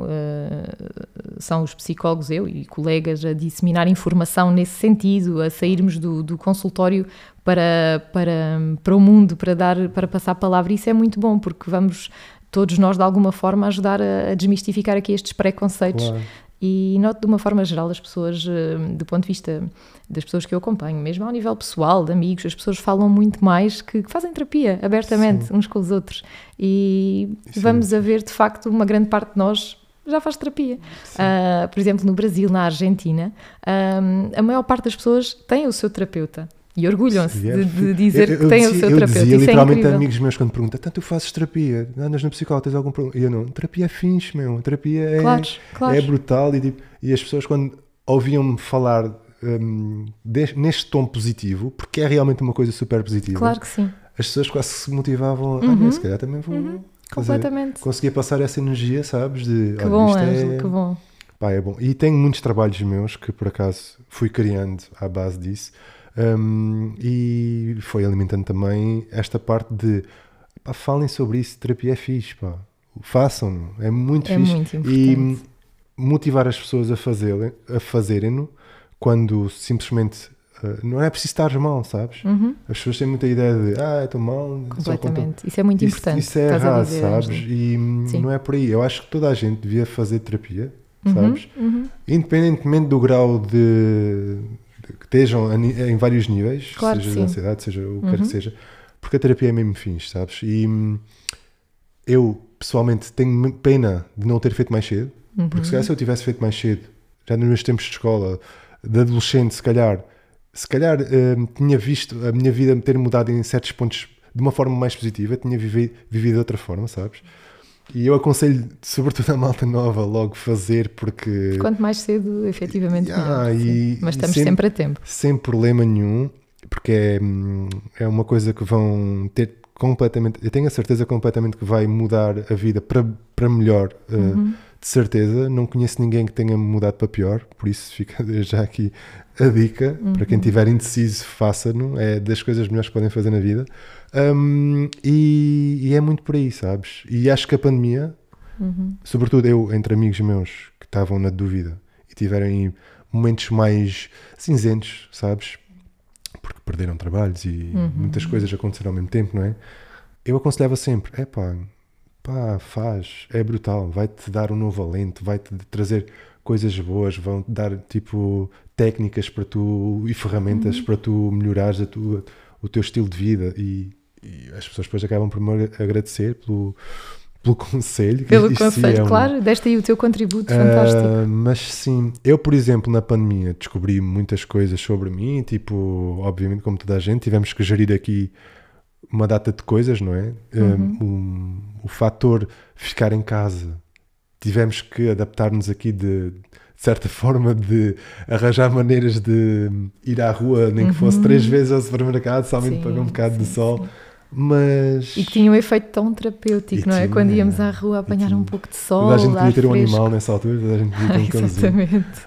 uh, são os psicólogos, eu e colegas, a disseminar informação nesse sentido, a sairmos do, do consultório para, para, para o mundo, para, dar, para passar a palavra. Isso é muito bom, porque vamos todos nós, de alguma forma, ajudar a, a desmistificar aqui estes preconceitos. Claro. E noto, de uma forma geral, as pessoas, do ponto de vista das pessoas que eu acompanho, mesmo ao nível pessoal, de amigos, as pessoas falam muito mais, que, que fazem terapia abertamente, Sim. uns com os outros. E Sim. vamos a ver, de facto, uma grande parte de nós já faz terapia. Uh, por exemplo, no Brasil, na Argentina, um, a maior parte das pessoas tem o seu terapeuta. E orgulham-se de, de dizer eu, eu, que têm dizia, o seu eu terapeuta. Dizia, Isso literalmente é a amigos meus quando perguntam, tanto tu fazes terapia, andas no psicólogo, tens algum problema? E eu não, terapia é fixe, meu, terapia é, claro, claro. é brutal. E, tipo, e as pessoas quando ouviam-me falar um, de, neste tom positivo, porque é realmente uma coisa super positiva, claro que sim. As pessoas quase se motivavam, uhum. ah, se calhar também vou uhum. completamente. Conseguia passar essa energia, sabes? De, que bom, Ângelo, é... que bom. Pá, é bom. E tenho muitos trabalhos meus que por acaso fui criando à base disso. Um, e foi alimentando também esta parte de pá, falem sobre isso, terapia é fixe, pá. Façam-no, é muito é fixe muito e motivar as pessoas a fazerem a fazerem-no quando simplesmente uh, não é preciso estar mal, sabes? Uhum. As pessoas têm muita ideia de ah, estou mal, completamente, isso é muito isso, importante, isso é errado, dizer, sabes? Angela. E Sim. não é por aí. Eu acho que toda a gente devia fazer terapia, uhum. sabes? Uhum. Independentemente do grau de que estejam em vários níveis, claro seja sim. de ansiedade, seja o que uhum. quer que seja, porque a terapia é mesmo fins, sabes? E eu, pessoalmente, tenho pena de não ter feito mais cedo, uhum. porque se calhar se eu tivesse feito mais cedo, já nos meus tempos de escola, de adolescente, se calhar, se calhar uh, tinha visto a minha vida ter mudado em certos pontos de uma forma mais positiva, tinha vivido, vivido de outra forma, sabes? E eu aconselho, sobretudo a malta nova, logo fazer, porque... Quanto mais cedo, efetivamente, ah, melhor. E, mas estamos sem, sempre a tempo. Sem problema nenhum, porque é, é uma coisa que vão ter completamente... Eu tenho a certeza completamente que vai mudar a vida para, para melhor, uhum. uh, de certeza. Não conheço ninguém que tenha mudado para pior, por isso fica já aqui a dica. Uhum. Para quem estiver indeciso, faça-no. É das coisas melhores que podem fazer na vida. Um, e, e é muito por aí, sabes? E acho que a pandemia, uhum. sobretudo eu, entre amigos meus que estavam na dúvida e tiveram momentos mais cinzentos, sabes? Porque perderam trabalhos e uhum. muitas coisas aconteceram ao mesmo tempo, não é? Eu aconselhava sempre, é pá, pá, faz, é brutal, vai-te dar um novo alento, vai-te trazer coisas boas, vão-te dar tipo técnicas para tu e ferramentas uhum. para tu melhorares a tua, o teu estilo de vida e, e as pessoas depois acabam por me agradecer pelo, pelo conselho. Pelo Isto conselho, é um... claro, deste aí o teu contributo uh, fantástico. Mas sim, eu por exemplo na pandemia descobri muitas coisas sobre mim, tipo, obviamente como toda a gente, tivemos que gerir aqui uma data de coisas, não é? Uhum. Um, o fator ficar em casa, tivemos que adaptar-nos aqui de, de certa forma de arranjar maneiras de ir à rua, nem que fosse uhum. três vezes ao supermercado, somente para ver um bocado sim, de sol. Sim. Mas... E que tinha um efeito tão terapêutico, e não é? Tinha, quando íamos à rua a apanhar um pouco de sol, toda a gente podia ter fresco. Um animal nessa altura, toda a gente podia ter um cãozinho. Exatamente.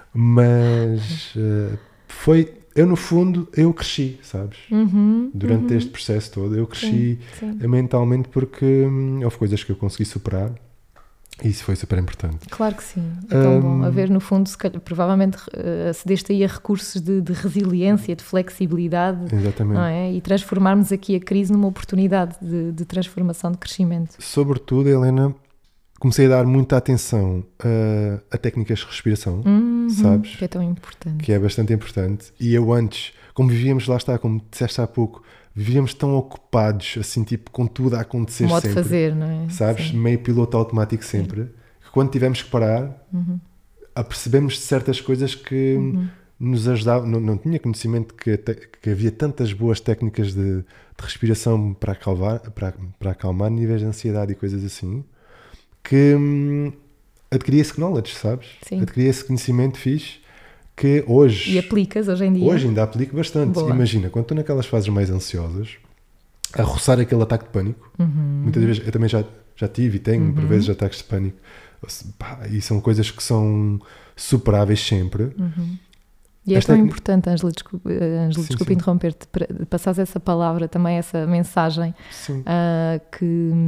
Mas uh, foi... Eu, no fundo, eu cresci, sabes? Uhum, Durante uhum. este processo todo, eu cresci sim, sim. mentalmente porque hum, houve coisas que eu consegui superar e isso foi super importante. Claro que sim. É tão um, bom haver, no fundo, se calhar, provavelmente uh, acedeste aí a recursos de, de resiliência, de flexibilidade. Exatamente. Não é? E transformarmos aqui a crise numa oportunidade de, de transformação, de crescimento. Sobretudo, Helena, comecei a dar muita atenção a, a técnicas de respiração, uhum, sabes? Que é tão importante. Que é bastante importante. E eu antes, como vivíamos, lá está, como disseste há pouco, vivíamos tão ocupados, assim, tipo, com tudo a acontecer modo sempre. de fazer, não é? Sabes? Sim. Meio piloto automático sempre. Sim. Que quando tivemos que parar, uhum. apercebemos de certas coisas que uhum. nos ajudavam. Não, não tinha conhecimento que, que havia tantas boas técnicas de, de respiração para acalmar, para, para acalmar níveis de ansiedade e coisas assim. Que hum, adquiri esse knowledge, sabes? Sim. Adquiri esse conhecimento fixe que hoje... E aplicas hoje em dia? Hoje ainda aplico bastante. Boa. Imagina, quando estou naquelas fases mais ansiosas, a roçar aquele ataque de pânico, uhum. muitas vezes eu também já, já tive e tenho, uhum. por vezes, ataques de pânico. Pá, e são coisas que são superáveis sempre. Uhum. E é Esta tão é... importante, Ângela, desculpa, Ângela, desculpa interromper-te, passares essa palavra, também essa mensagem, uh, que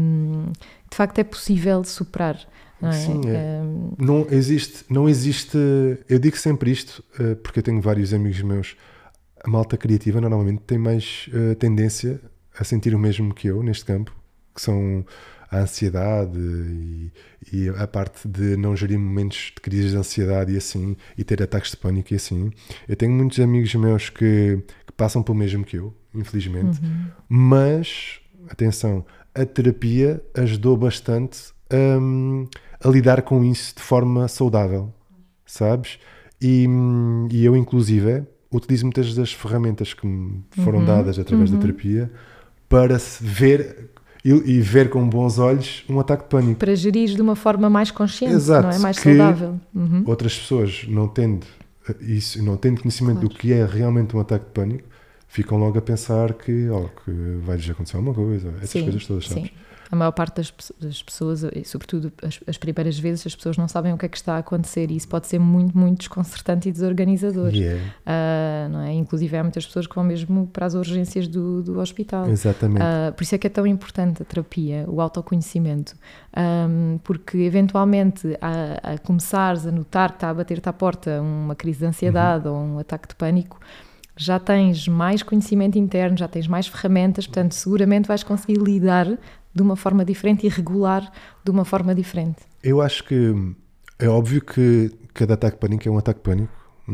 de facto é possível superar. Não é? Sim, é. Um... Não existe, não existe, eu digo sempre isto, uh, porque eu tenho vários amigos meus, a malta criativa normalmente tem mais uh, tendência a sentir o mesmo que eu neste campo, que são a ansiedade e, e a parte de não gerir momentos de crise de ansiedade e assim, e ter ataques de pânico e assim. Eu tenho muitos amigos meus que, que passam pelo mesmo que eu, infelizmente, uhum. mas, atenção, a terapia ajudou bastante um, a lidar com isso de forma saudável, sabes? E, e eu, inclusive, utilizo muitas das ferramentas que me foram uhum, dadas através uhum. da terapia para se ver e, e ver com bons olhos um ataque de pânico. Para gerir de uma forma mais consciente, Exato, não é? Mais que saudável. Uhum. Outras pessoas, não tendo isso, não tendo conhecimento claro. do que é realmente um ataque de pânico, ficam logo a pensar que, oh, que vai-lhes acontecer alguma coisa, essas sim, coisas todas, sabes? Sim. A maior parte das, das pessoas, e sobretudo as, as primeiras vezes, as pessoas não sabem o que é que está a acontecer e isso pode ser muito, muito desconcertante e desorganizador. Yeah. Uh, não é? Inclusive há muitas pessoas que vão mesmo para as urgências do, do hospital. Exatamente. Uh, por isso é que é tão importante a terapia, o autoconhecimento, um, porque eventualmente a, a começares a notar que está a bater-te à porta uma crise de ansiedade uhum. ou um ataque de pânico, já tens mais conhecimento interno, já tens mais ferramentas, portanto seguramente vais conseguir lidar de uma forma diferente e regular de uma forma diferente. Eu acho que é óbvio que cada ataque de pânico é um ataque de pânico.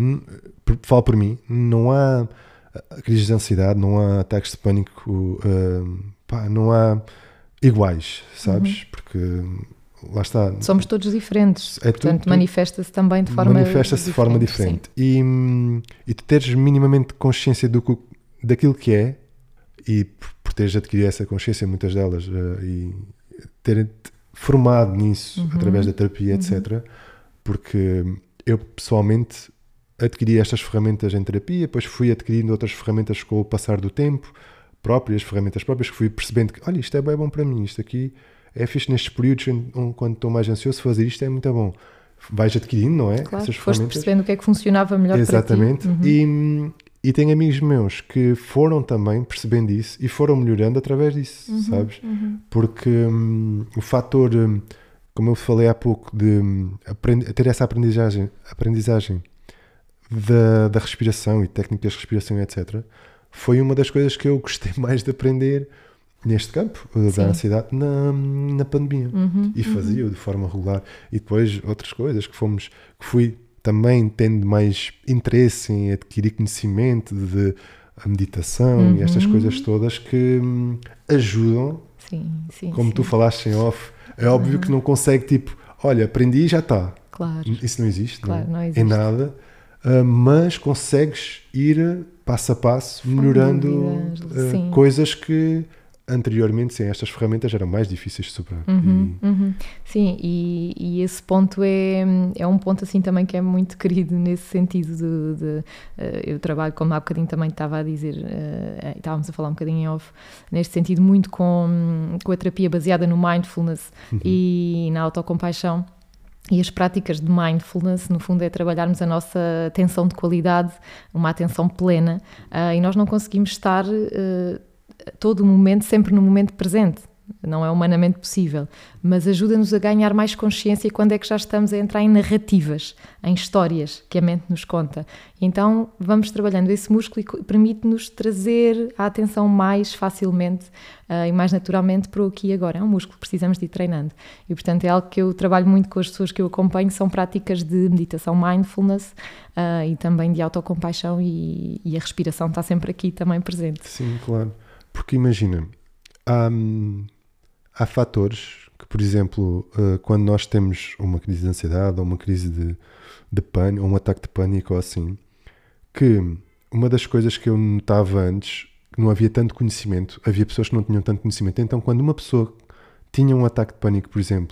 Falo por mim, não há crises de ansiedade, não há ataques de pânico, uh, pá, não há iguais, sabes? Uhum. Porque lá está. Somos todos diferentes, é portanto tudo, manifesta-se também de forma manifesta-se de forma diferente. E, e tu teres minimamente consciência do, daquilo que é, e por teres adquirido essa consciência, muitas delas, uh, e terem formado nisso uhum. através da terapia, uhum. etcétera. Porque eu pessoalmente adquiri estas ferramentas em terapia, depois fui adquirindo outras ferramentas com o passar do tempo, próprias, ferramentas próprias, que fui percebendo que, olha, isto é bem bom para mim, isto aqui é fixe nestes períodos quando estou mais ansioso, fazer isto é muito bom. Vais adquirindo, não é? Claro, essas foste percebendo o que é que funcionava melhor Exatamente. para ti. Exatamente. E E tenho amigos meus que foram também percebendo isso e foram melhorando através disso, uhum, sabes? Uhum. Porque hum, o fator, hum, como eu falei há pouco, de hum, aprend- ter essa aprendizagem, aprendizagem da, da respiração e técnicas de respiração, etcétera, foi uma das coisas que eu gostei mais de aprender neste campo, Sim. da ansiedade, na, na pandemia. Uhum, e fazia uhum. de forma regular. E depois outras coisas que fomos, que fui... também tendo mais interesse em adquirir conhecimento de a meditação uhum. e estas coisas todas que hum, ajudam, sim, sim, como sim. tu falaste em off, é óbvio uhum. que não consegue, tipo, olha, aprendi e já está. Claro. Isso não existe, claro, não, não existe. em nada, uh, mas consegues ir passo a passo melhorando uh, coisas que anteriormente, sem estas ferramentas, eram mais difíceis de superar. Uhum, e... uhum. Sim, e, e esse ponto é, é um ponto assim também que é muito querido nesse sentido de, de uh, eu trabalho, como há bocadinho também estava a dizer, uh, estávamos a falar um bocadinho em off, neste sentido muito com, com a terapia baseada no mindfulness uhum. e na autocompaixão. E as práticas de mindfulness, no fundo, é trabalharmos a nossa atenção de qualidade, uma atenção plena, uh, e nós não conseguimos estar... Uh, todo o momento, sempre no momento presente. Não é humanamente possível, mas ajuda-nos a ganhar mais consciência quando é que já estamos a entrar em narrativas, em histórias que a mente nos conta. Então vamos trabalhando esse músculo e permite-nos trazer a atenção mais facilmente uh, e mais naturalmente para o aqui e agora. É um músculo que precisamos de ir treinando. E portanto é algo que eu trabalho muito com as pessoas que eu acompanho, são práticas de meditação mindfulness uh, e também de autocompaixão e, e a respiração está sempre aqui também presente. Sim, claro. Porque imagina, há, há fatores que, por exemplo, uh, quando nós temos uma crise de ansiedade ou uma crise de, de pânico, ou um ataque de pânico ou assim, que uma das coisas que eu notava antes, que não havia tanto conhecimento, havia pessoas que não tinham tanto conhecimento, então quando uma pessoa tinha um ataque de pânico, por exemplo,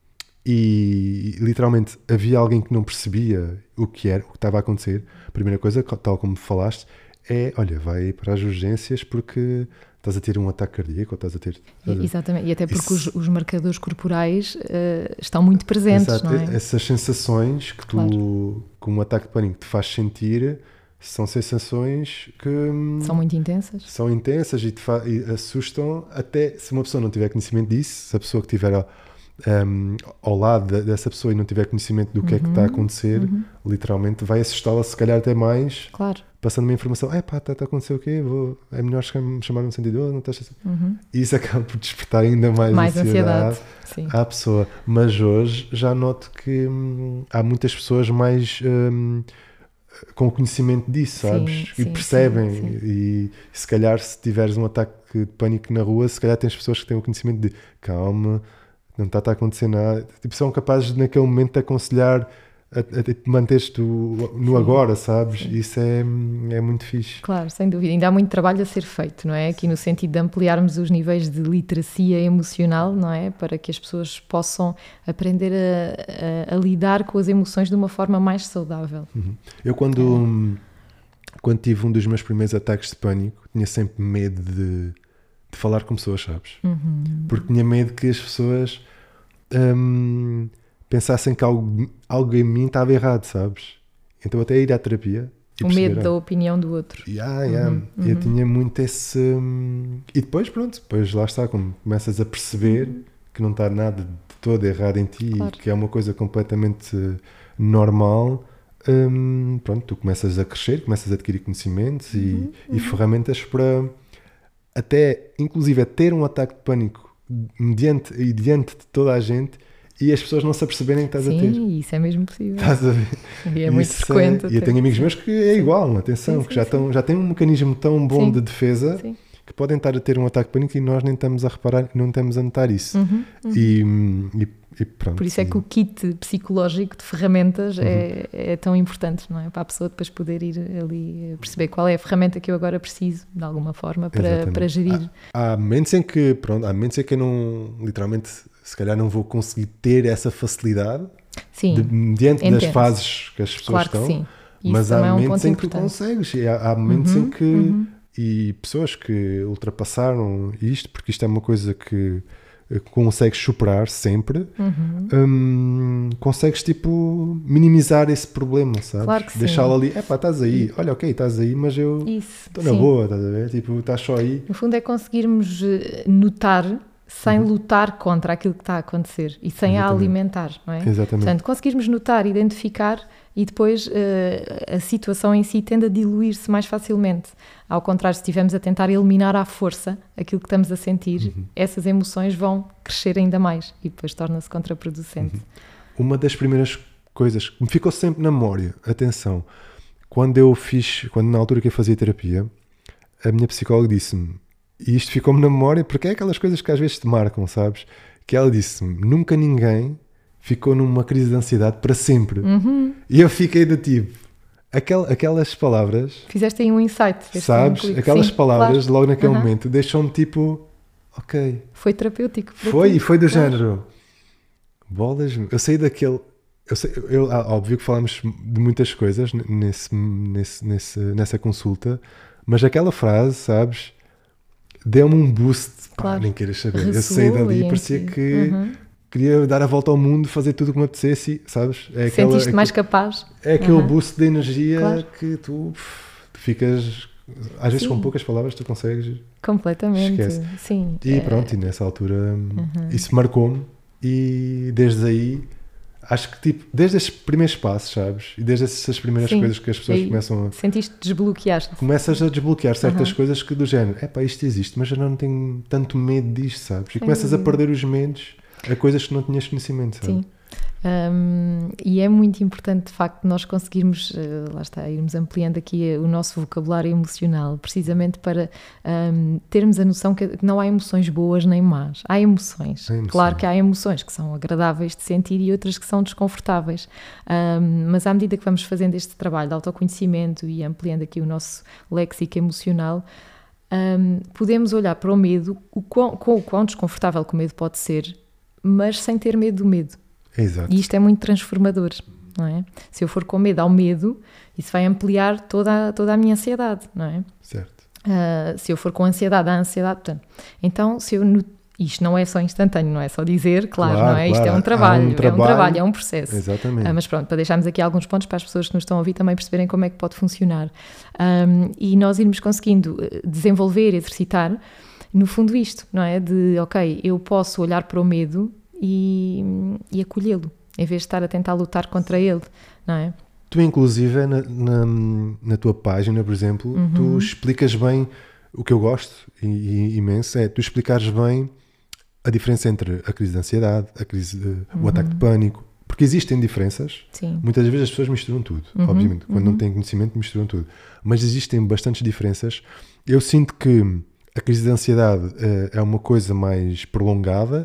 e literalmente havia alguém que não percebia o que era, o que estava a acontecer, a primeira coisa, tal como falaste, é, olha, vai para as urgências porque estás a ter um ataque cardíaco ou estás a ter... Estás a... Exatamente, e até porque os, os marcadores corporais uh, estão muito presentes, Exato. não é? Essas sensações que tu, claro. com um ataque de pânico te faz sentir, são sensações que... São muito intensas. São intensas e, te fa... e assustam, até se uma pessoa não tiver conhecimento disso, se a pessoa que tiver... Um, ao lado dessa pessoa e não tiver conhecimento do que uhum, é que está a acontecer, uhum. literalmente vai assustá-la se calhar até mais, claro. Passando uma informação, é pá, está a acontecer o quê? Vou, é melhor chamar um sentido, oh, não estás a... uhum. E isso acaba por despertar ainda mais, mais ansiedade, ansiedade à pessoa. Mas hoje já noto que hum, há muitas pessoas mais hum, com conhecimento disso, sabes? Sim, e sim, percebem. Sim, sim. E, e se calhar se tiveres um ataque de pânico na rua, se calhar tens pessoas que têm o conhecimento de calma, não está a acontecer nada. Tipo, são capazes naquele momento de aconselhar a, a, a manter-te no Sim. agora, sabes? Sim. Isso é, é muito fixe. Claro, sem dúvida. Ainda há muito trabalho a ser feito, não é? Aqui no sentido de ampliarmos os níveis de literacia emocional, não é? Para que as pessoas possam aprender a, a, a lidar com as emoções de uma forma mais saudável. Uhum. Eu quando, é. quando tive um dos meus primeiros ataques de pânico, tinha sempre medo de, de falar com pessoas, sabes? Uhum. Porque tinha medo que as pessoas... Hum, pensassem que algo, algo em mim estava errado, sabes? Então até ir à terapia e o medo da opinião do outro. Yeah, yeah. Uhum, eu uhum. tinha muito esse... E depois, pronto, depois lá está, como começas a perceber uhum. que não está nada de todo errado em ti, claro. Que é uma coisa completamente normal, hum, pronto, tu começas a crescer, começas a adquirir conhecimentos uhum, e, uhum. e ferramentas para até, inclusive, a ter um ataque de pânico mediante, e diante de toda a gente e as pessoas não se aperceberem que estás sim, a ter. Sim, isso é mesmo possível. Estás a ver? E é muito isso frequente. É... E eu tenho amigos meus que é sim. igual, atenção, sim, sim, que já, estão, já têm um mecanismo tão bom sim. de defesa sim. que podem estar a ter um ataque de pânico e nós nem estamos a reparar, não estamos a notar isso. Uhum, uhum. E, e, e pronto. Por isso é que o kit psicológico de ferramentas uhum. é, é tão importante, não é? Para a pessoa depois poder ir ali perceber qual é a ferramenta que eu agora preciso, de alguma forma, para, para gerir. Há, há momentos em que, pronto, há momentos em que eu não, literalmente, se calhar não vou conseguir ter essa facilidade sim, de, mediante entendo. das fases que as pessoas claro que estão, sim. Isso mas há é um momentos em que importante. tu consegues, e há, há momentos uhum, em que, uhum. e pessoas que ultrapassaram isto, porque isto é uma coisa que consegues superar sempre, uhum. hum, consegues tipo minimizar esse problema, sabes? Claro que deixá-lo ali, epá, estás aí, olha, ok, estás aí, mas eu estou na boa, estás a ver? Tipo, estás só aí. No fundo é conseguirmos notar sem uhum. lutar contra aquilo que está a acontecer e sem Exatamente. A alimentar, não é? Exatamente. Portanto, conseguirmos notar, identificar e depois uh, a situação em si tende a diluir-se mais facilmente. Ao contrário, se estivermos a tentar eliminar à força aquilo que estamos a sentir, uhum. essas emoções vão crescer ainda mais e depois torna-se contraproducente. Uhum. Uma das primeiras coisas que me ficou sempre na memória, atenção, quando eu fiz, quando na altura que eu fazia terapia, a minha psicóloga disse-me, e isto ficou-me na memória porque é aquelas coisas que às vezes te marcam, sabes? Que ela disse-me, nunca ninguém ficou numa crise de ansiedade para sempre. Uhum. E eu fiquei do tipo, aquel, aquelas palavras... Fizeste aí um insight. Sabes? Um aquelas Sim, palavras, claro. logo naquele uhum. momento, deixam-me tipo, ok. Foi terapêutico. Foi, e foi do claro. Género. Bolas, eu saí daquele... Eu sei, eu, óbvio que falámos de muitas coisas nesse, nesse, nesse, nessa consulta, mas aquela frase, sabes... Deu-me um boost, pá, claro. Nem queiras saber. Ressoou eu saí dali e parecia que uhum. queria dar a volta ao mundo, fazer tudo o que me apetecesse, sabes? É aquela, Sentiste é mais que, capaz? É aquele uhum. boost de energia claro. Que tu, tu ficas, às vezes Sim. com poucas palavras tu consegues. Completamente, esquece. Sim. E é... pronto, e nessa altura uhum. isso marcou-me e desde aí acho que tipo, desde esses primeiros passos, sabes? E desde essas primeiras Sim. Coisas que as pessoas e começam a... Sentiste desbloquear-te. Começas a desbloquear certas uhum. coisas que do género, epá, isto existe, mas eu não tenho tanto medo disto, sabes? E Sem começas dúvida. a perder os medos a coisas que não tinhas conhecimento, sabes? Sim. Um, e é muito importante, de facto, nós conseguirmos, uh, lá está, irmos ampliando aqui o nosso vocabulário emocional, precisamente para um, termos a noção que não há emoções boas nem más. Há emoções. emoções. Claro que há emoções que são agradáveis de sentir e outras que são desconfortáveis. Um, mas à medida que vamos fazendo este trabalho de autoconhecimento e ampliando aqui o nosso léxico emocional, um, podemos olhar para o medo, o quão, com o quão desconfortável que o medo pode ser, mas sem ter medo do medo. Exato. E isto é muito transformador, não é? Se eu for com medo ao medo, isso vai ampliar toda a, toda a minha ansiedade, não é? Certo. Uh, se eu for com ansiedade, à ansiedade, portanto, então se eu... Isto não é só instantâneo, não é só dizer, claro, claro não é? Claro. Isto é um trabalho, um trabalho, é um trabalho, é um processo. Exatamente. Uh, mas pronto, para deixarmos aqui alguns pontos para as pessoas que nos estão a ouvir também perceberem como é que pode funcionar. Um, e nós irmos conseguindo desenvolver, exercitar, no fundo isto, não é? De, ok, eu posso olhar para o medo e, e acolhê-lo, em vez de estar a tentar lutar contra ele, não é? Tu, inclusive, na, na, na tua página, por exemplo, uhum. tu explicas bem, o que eu gosto e, e, imenso, é tu explicares bem a diferença entre a crise de ansiedade, a crise de, uhum. o ataque de pânico, porque existem diferenças. Sim. Muitas vezes as pessoas misturam tudo, uhum. obviamente, quando uhum. não têm conhecimento misturam tudo, mas existem bastantes diferenças. Eu sinto que a crise de ansiedade é, é uma coisa mais prolongada,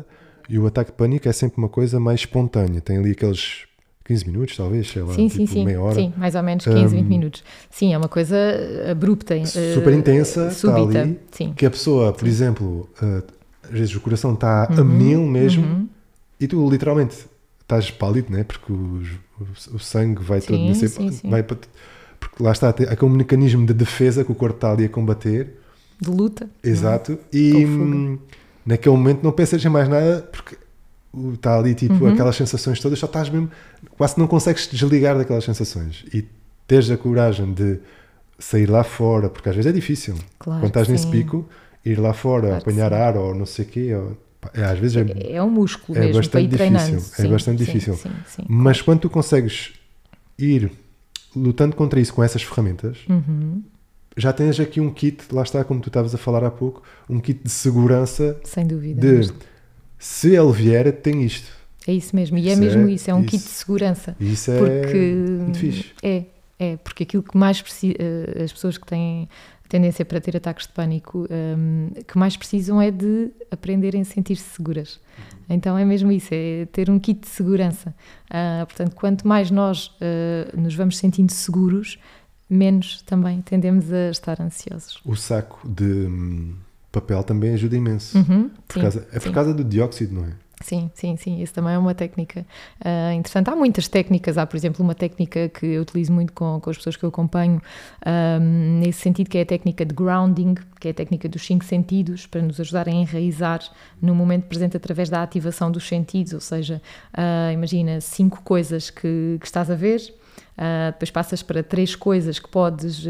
E o ataque de pânico é sempre uma coisa mais espontânea. Tem ali aqueles quinze minutos, talvez, sei lá, sim, tipo sim, sim. meia hora. Sim, mais ou menos quinze, Um, vinte minutos. Sim, é uma coisa abrupta. Super uh, intensa, está súbita. ali. Sim. Que a pessoa, por Sim. exemplo, uh, às vezes o coração está Uhum, a mil mesmo uhum. e tu literalmente estás pálido, né? Porque os, o, o sangue vai Sim, todo... Não sei, sim, sim. vai para, porque lá está, tem aquele mecanismo de defesa que o corpo está ali a combater. De luta. Exato. Não? E hum, naquele momento não pensas em mais nada porque está ali tipo uhum. aquelas sensações todas, só estás mesmo, quase não consegues desligar daquelas sensações e teres a coragem de sair lá fora, porque às vezes é difícil, claro, quando estás sim. nesse pico, ir lá fora, claro apanhar ar ou não sei o quê, ou, é, às vezes é, é um músculo é mesmo bastante para ir treinando. difícil, Sim, é bastante sim, difícil, sim, sim, mas claro. quando tu consegues ir lutando contra isso com essas ferramentas, uhum. já tens aqui um kit, lá está, como tu estavas a falar há pouco, um kit de segurança. Sem dúvida. De, mesmo. se ele vier, tem isto. É isso mesmo, e Isso é mesmo é- isso, é um isso- kit de segurança. E isso é Porque muito fixe. é, é, porque aquilo que mais preci- eh, as pessoas que têm tendência para ter ataques de pânico, um, que mais precisam é de aprenderem a sentir-se seguras. Então é mesmo isso, é ter um kit de segurança. Ah, portanto, quanto mais nós ah, nos vamos sentindo seguros, menos também tendemos a estar ansiosos. O saco de hum, papel também ajuda imenso. Uhum, Por sim, causa- é por sim. causa do dióxido, não é? Sim, sim, sim, isso também é uma técnica uh, interessante. Há muitas técnicas, há por exemplo uma técnica que eu utilizo muito com, com as pessoas que eu acompanho, um, nesse sentido, que é a técnica de grounding, que é a técnica dos cinco sentidos, para nos ajudar a enraizar no momento presente através da ativação dos sentidos, ou seja, uh, imagina cinco coisas que, que estás a ver, uh, depois passas para três coisas que podes uh,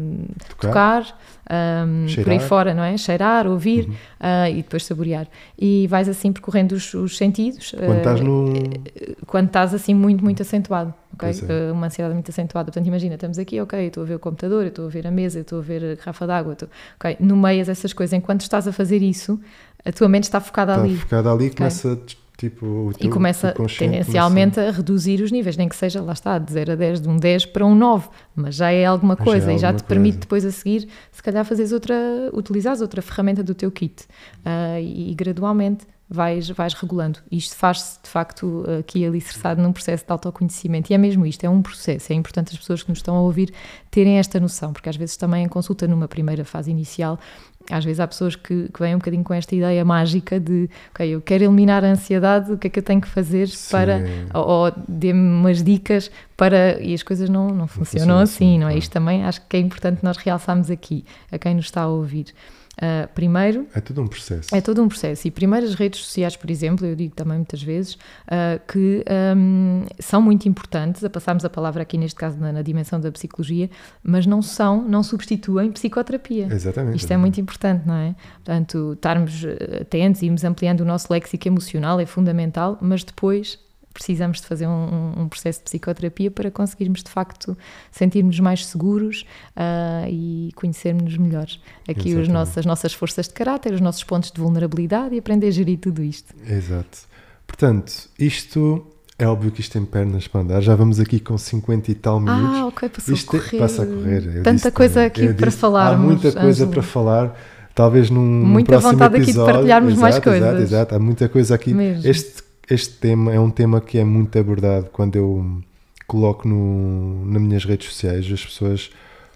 Tocar. tocar, um, Cheirar. por aí fora, não é? Cheirar, ouvir Uhum. uh, e depois saborear. E vais assim percorrendo os, os sentidos. Quando estás uh, no... Quando estás assim muito, muito acentuado, ok? Pois é. Uh, uma ansiedade muito acentuada. Portanto, imagina, estamos aqui, ok, eu estou a ver o computador, eu estou a ver a mesa, eu estou a ver a garrafa de água, eu estou... ok, nomeias essas coisas. Enquanto estás a fazer isso, a tua mente está focada Está ali. focado ali e começa, tipo, o teu E começa subconsciente tendencialmente a reduzir os níveis, nem que seja, lá está, de zero a dez, de um dez para um nove, mas já é alguma Já é coisa e já alguma te permite coisa. depois a seguir, se calhar fazeres outra, utilizares outra ferramenta do teu kit uh, e, e gradualmente vais, vais regulando. Isto faz-se de facto aqui alicerçado num processo de autoconhecimento e é mesmo isto, é um processo, é importante as pessoas que nos estão a ouvir terem esta noção, porque às vezes também em consulta numa primeira fase inicial, às vezes há pessoas que, que vêm um bocadinho com esta ideia mágica de, ok, eu quero eliminar a ansiedade, o que é que eu tenho que fazer Sim. para, ou, ou dê-me umas dicas para, e as coisas não, não, funcionam funciona assim, assim, não é? claro. Isto também acho que é importante nós realçarmos aqui, a quem nos está a ouvir. Uh, primeiro, É tudo um processo. é todo um processo. E primeiro as redes sociais, por exemplo, eu digo também muitas vezes, uh, que um, são muito importantes, a passarmos a palavra aqui neste caso na, na dimensão da psicologia, mas não são, não substituem psicoterapia. Exatamente. Isto é muito importante, não é? Portanto, estarmos atentos e irmos ampliando o nosso léxico emocional é fundamental, mas depois precisamos de fazer um, um processo de psicoterapia para conseguirmos de facto sentirmos mais seguros uh, e conhecermos melhor aqui os nossos, as nossas forças de caráter, os nossos pontos de vulnerabilidade e aprender a gerir tudo isto. Exato. Portanto, isto é óbvio que isto tem pernas para andar. Já vamos aqui com cinquenta e tal minutos. Ah, ok, passou isto a correr. Passa a correr. Eu Tanta disse coisa também. aqui Eu para disse, falarmos. Há muita coisa Ângelo. para falar. Talvez num, num Muita próximo vontade episódio. aqui de partilharmos exato, mais exato, coisas. Exato, exato. Há muita coisa aqui. Mesmo. Este, este tema é um tema que é muito abordado quando eu coloco no, nas minhas redes sociais. As pessoas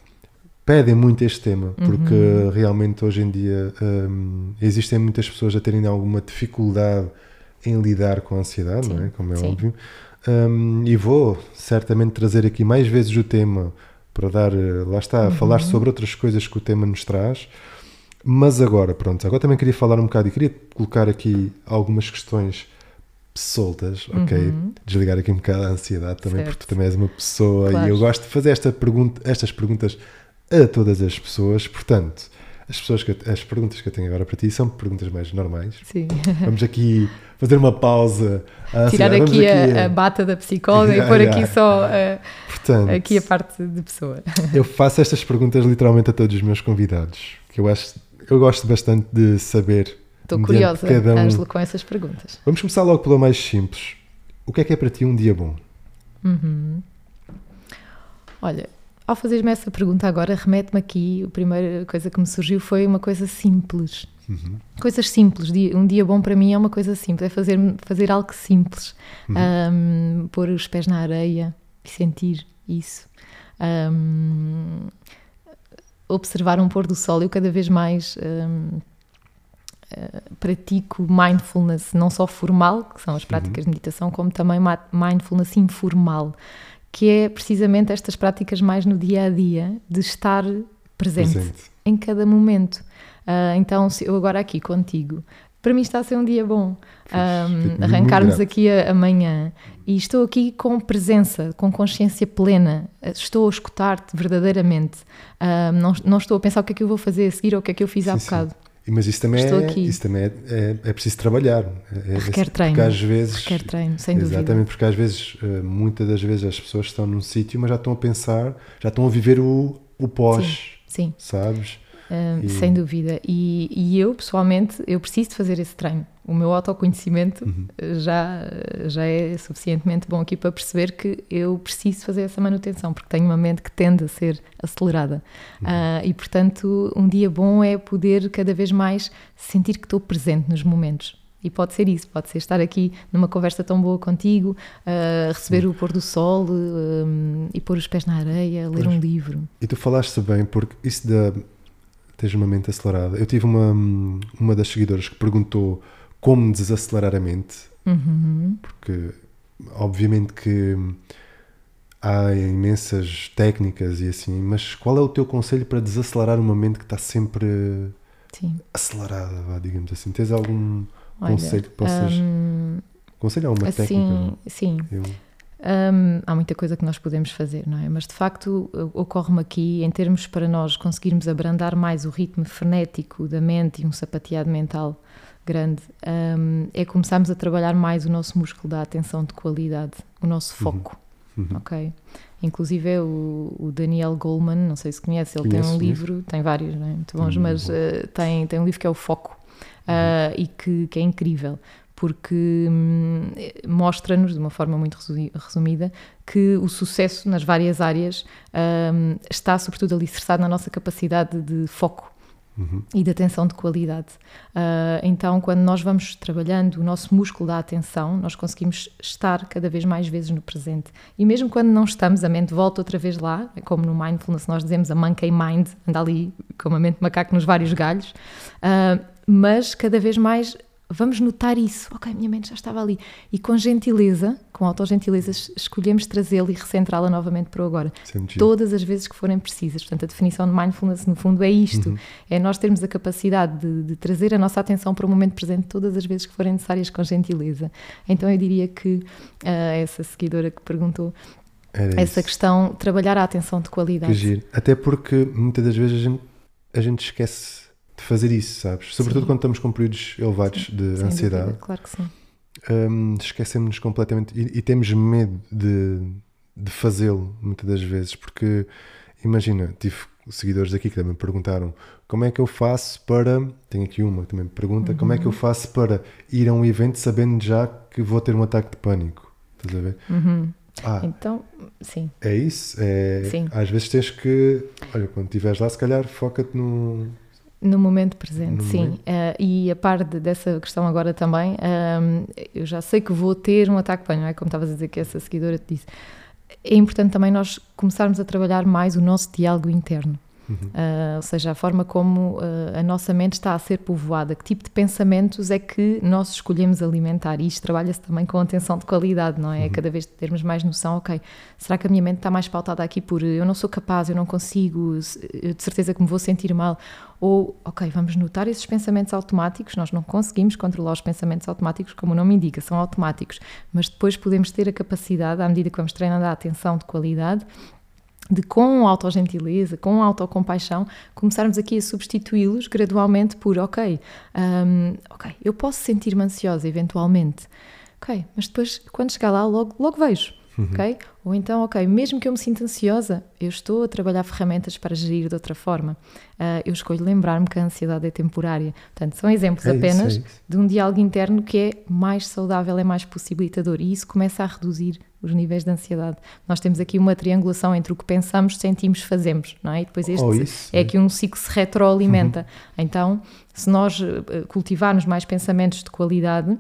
pedem muito este tema, porque Uhum. realmente hoje em dia hum, existem muitas pessoas a terem alguma dificuldade em lidar com a ansiedade, Sim, não é? Como é sim. óbvio. Um, e vou certamente trazer aqui mais vezes o tema para dar, uh, lá está, a falar Uhum. sobre outras coisas que o tema nos traz. Mas agora, pronto, agora também queria falar um bocado e queria colocar aqui algumas questões soltas, ok? Uhum. Desligar aqui um bocado a ansiedade também, Certo. porque tu também és uma pessoa Claro. e eu gosto de fazer esta pergunta, estas perguntas a todas as pessoas. Portanto, as, pessoas que, eu- as perguntas que eu tenho agora para ti são perguntas mais normais. Sim. Vamos aqui fazer uma pausa. à Tirar ansiedade. aqui, Vamos aqui a, a bata da psicóloga Yeah, e pôr yeah. aqui só a, Portanto, aqui a parte de pessoa. eu faço estas perguntas literalmente a todos os meus convidados, que eu acho, eu gosto bastante de saber. Estou mediante curiosa, cada um. Ângelo, com essas perguntas. Vamos começar logo pela mais simples. O que é que é para ti um dia bom? Uhum. Olha, ao fazer-me essa pergunta agora, remete-me aqui, a primeira coisa que me surgiu foi uma coisa simples. Uhum. Coisas simples. Um dia bom para mim é uma coisa simples, é fazer, fazer algo simples. Uhum. Um, pôr os pés na areia e sentir isso. Um, observar um pôr do sol. Eu cada vez mais um, uh, pratico mindfulness, não só formal, que são as práticas uhum. de meditação, como também mindfulness informal, que é precisamente estas práticas mais no dia a dia, de estar presente, presente. em cada momento. Uh, então, se eu agora aqui contigo, para mim está a ser um dia bom, um, arrancarmos aqui a, amanhã e estou aqui com presença, com consciência plena, estou a escutar-te verdadeiramente, uh, não, não estou a pensar o que é que eu vou fazer a seguir ou o que é que eu fiz sim, há bocado. Sim. Mas isso também, é, isso também é, é, é preciso trabalhar. É, requer treino, porque às vezes, requer treino, sem exatamente, dúvida. Exatamente, porque às vezes, muitas das vezes as pessoas estão num sítio, mas já estão a pensar, já estão a viver o, o pós, sim, sim. sabes? Uh, e... Sem dúvida. E, e eu, pessoalmente, eu preciso de fazer esse treino. O meu autoconhecimento uhum. já, já é suficientemente bom aqui para perceber que eu preciso fazer essa manutenção, porque tenho uma mente que tende a ser acelerada. Uhum. Uh, e, portanto, um dia bom é poder cada vez mais sentir que estou presente nos momentos. E pode ser isso, pode ser estar aqui numa conversa tão boa contigo, uh, receber Sim. o pôr do sol uh, e pôr os pés na areia, ler pois. um livro. E tu falaste bem, porque isso da... tens uma mente acelerada. Eu tive uma, uma das seguidoras que perguntou como desacelerar a mente, uhum. porque obviamente que há imensas técnicas e assim, mas qual é o teu conselho para desacelerar uma mente que está sempre Sim. acelerada, digamos assim? Tens algum Olha, conselho que possas... Um, conselho é uma assim, técnica? Não? Sim. Eu... Um, há muita coisa que nós podemos fazer, não é? Mas de facto ocorre-me aqui, em termos para nós conseguirmos abrandar mais o ritmo frenético da mente e um sapateado mental grande, um, é começarmos a trabalhar mais o nosso músculo da atenção de qualidade, o nosso foco, uhum. Uhum. ok? Inclusive é o, o Daniel Goleman, não sei se conhece, ele Conheço, tem um conheço. livro, tem vários, não é? Muito bons, uhum. mas uh, tem, tem um livro que é o Foco, uh, uhum. e que, que é incrível. Porque hum, mostra-nos, de uma forma muito resumida, que o sucesso nas várias áreas hum, está sobretudo alicerçado na nossa capacidade de foco uhum. e de atenção de qualidade. Uh, então, quando nós vamos trabalhando o nosso músculo da atenção, nós conseguimos estar cada vez mais vezes no presente. E mesmo quando não estamos, a mente volta outra vez lá, como no Mindfulness nós dizemos, a monkey mind, anda ali como a mente de macaco nos vários galhos, uh, mas cada vez mais... vamos notar isso, ok, minha mente já estava ali, e com gentileza, com autogentileza, escolhemos trazê-la e recentrá-la novamente para o agora, Senti. todas as vezes que forem precisas. Portanto, a definição de mindfulness no fundo é isto, uhum. é nós termos a capacidade de, de trazer a nossa atenção para o momento presente todas as vezes que forem necessárias, com gentileza. Então eu diria que uh, essa seguidora que perguntou Era essa isso. questão, trabalhar a atenção de qualidade. Que giro. Até porque muitas das vezes a gente, a gente esquece de fazer isso, sabes? Sobretudo sim. quando estamos com períodos elevados sim, de ansiedade. Dúvida, claro que sim. Um, esquecemos-nos completamente e, e temos medo de, de fazê-lo muitas das vezes, porque imagina, tive seguidores aqui que também me perguntaram como é que eu faço para, tenho aqui uma que também me pergunta, uhum. como é que eu faço para ir a um evento sabendo já que vou ter um ataque de pânico, estás a ver? Uhum. Ah, então, sim. É isso, é, sim. às vezes tens que, olha, quando estiveres lá se calhar foca-te no... No momento presente, no sim. Momento. Uh, e a par de, dessa questão agora também, um, eu já sei que vou ter um ataque de pânico, não é? Como estavas a dizer que essa seguidora te disse. É importante também nós começarmos a trabalhar mais o nosso diálogo interno. Uhum. Uh, ou seja, a forma como uh, a nossa mente está a ser povoada, que tipo de pensamentos é que nós escolhemos alimentar, e isto trabalha-se também com atenção de qualidade, não é? Uhum. Cada vez termos mais noção, ok, será que a minha mente está mais pautada aqui por eu não sou capaz, eu não consigo, eu de certeza que me vou sentir mal, ou ok, vamos notar esses pensamentos automáticos, nós não conseguimos controlar os pensamentos automáticos, como o nome indica, são automáticos, mas depois podemos ter a capacidade, à medida que vamos treinando a atenção de qualidade, de com autogentileza, com autocompaixão, começarmos aqui a substituí-los gradualmente por, ok, um, ok, eu posso sentir-me ansiosa eventualmente, ok, mas depois quando chegar lá logo, logo vejo, Uhum. Ok? Ou então, ok, mesmo que eu me sinta ansiosa, eu estou a trabalhar ferramentas para gerir de outra forma. Uh, eu escolho lembrar-me que a ansiedade é temporária. Portanto, são exemplos é apenas isso, é isso. de um diálogo interno que é mais saudável, é mais possibilitador, e isso começa a reduzir os níveis de ansiedade. Nós temos aqui uma triangulação entre o que pensamos, sentimos, fazemos, não é? E depois este oh, isso, é, é que um ciclo se retroalimenta. Uhum. Então, se nós cultivarmos mais pensamentos de qualidade,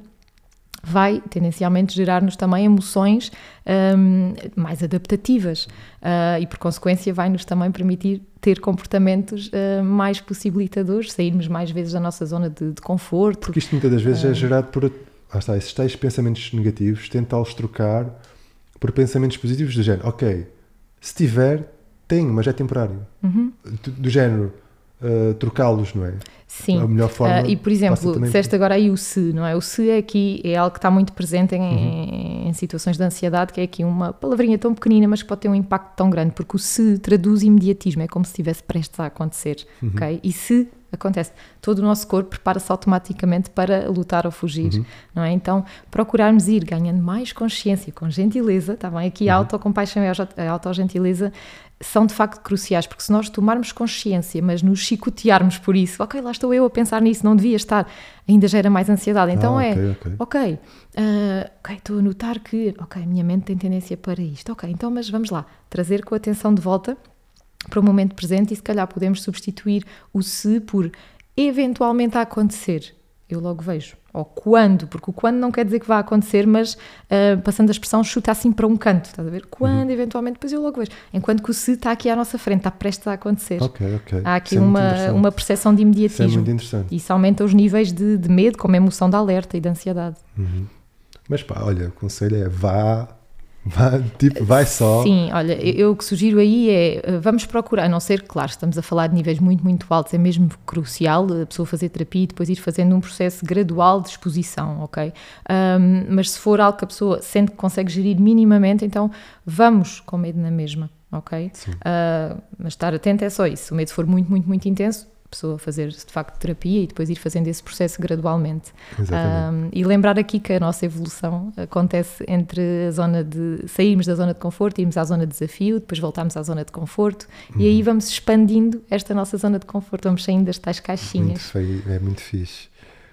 vai tendencialmente gerar-nos também emoções um, mais adaptativas uh, e por consequência vai-nos também permitir ter comportamentos uh, mais possibilitadores, sairmos mais vezes da nossa zona de, de conforto. Porque isto muitas das vezes uh, é gerado por, ah, está, esses tais pensamentos negativos, tentá-los trocar por pensamentos positivos do género, ok, se tiver, tenho, mas é temporário. Uhum. Do, do género, uh, trocá-los, não é? Sim, a melhor forma uh, e por exemplo, disseste por... agora aí o se, não é? O se é aqui, é algo que está muito presente em, uhum. em situações de ansiedade, que é aqui uma palavrinha tão pequenina, mas que pode ter um impacto tão grande, porque o se traduz imediatismo, é como se estivesse prestes a acontecer, uhum. ok? E se acontece, todo o nosso corpo prepara-se automaticamente para lutar ou fugir, uhum. não é? Então, procurarmos ir ganhando mais consciência, com gentileza, está bem? Aqui a uhum. autocompaixão e a autogentileza são de facto cruciais, porque se nós tomarmos consciência, mas nos chicotearmos por isso, ok, lá estou eu a pensar nisso, não devia estar, ainda gera mais ansiedade. Então ah, é, okay, okay. ok, uh, ok, estou a notar que, ok, a minha mente tem tendência para isto, ok, então mas vamos lá, trazer com a atenção de volta para o momento presente e se calhar podemos substituir o se por eventualmente a acontecer, eu logo vejo, ou quando, porque o quando não quer dizer que vai acontecer, mas uh, passando a expressão chuta assim para um canto, estás a ver? Quando, uhum. eventualmente, depois eu logo vejo. Enquanto que o se está aqui à nossa frente, está prestes a acontecer. Ok, ok. Há aqui uma, uma percepção de imediatismo. Isso é muito interessante. Isso aumenta os níveis de, de medo, como emoção de alerta e de ansiedade. Uhum. Mas pá, olha, o conselho é vá... Vai, tipo, vai só. Sim, olha, eu o que sugiro aí é, vamos procurar, a não ser, claro, estamos a falar de níveis muito, muito altos, é mesmo crucial a pessoa fazer terapia e depois ir fazendo um processo gradual de exposição, ok? Um, mas se for algo que a pessoa sente que consegue gerir minimamente, então vamos com medo na mesma, ok? Uh, mas estar atento é só isso, o medo se for muito, muito, muito intenso, a pessoa fazer de facto terapia e depois ir fazendo esse processo gradualmente. Um, e lembrar aqui que a nossa evolução acontece entre a zona de sairmos da zona de conforto, irmos à zona de desafio, depois voltarmos à zona de conforto uhum. e aí vamos expandindo esta nossa zona de conforto, vamos saindo das tais caixinhas. Muito feio, é muito fixe.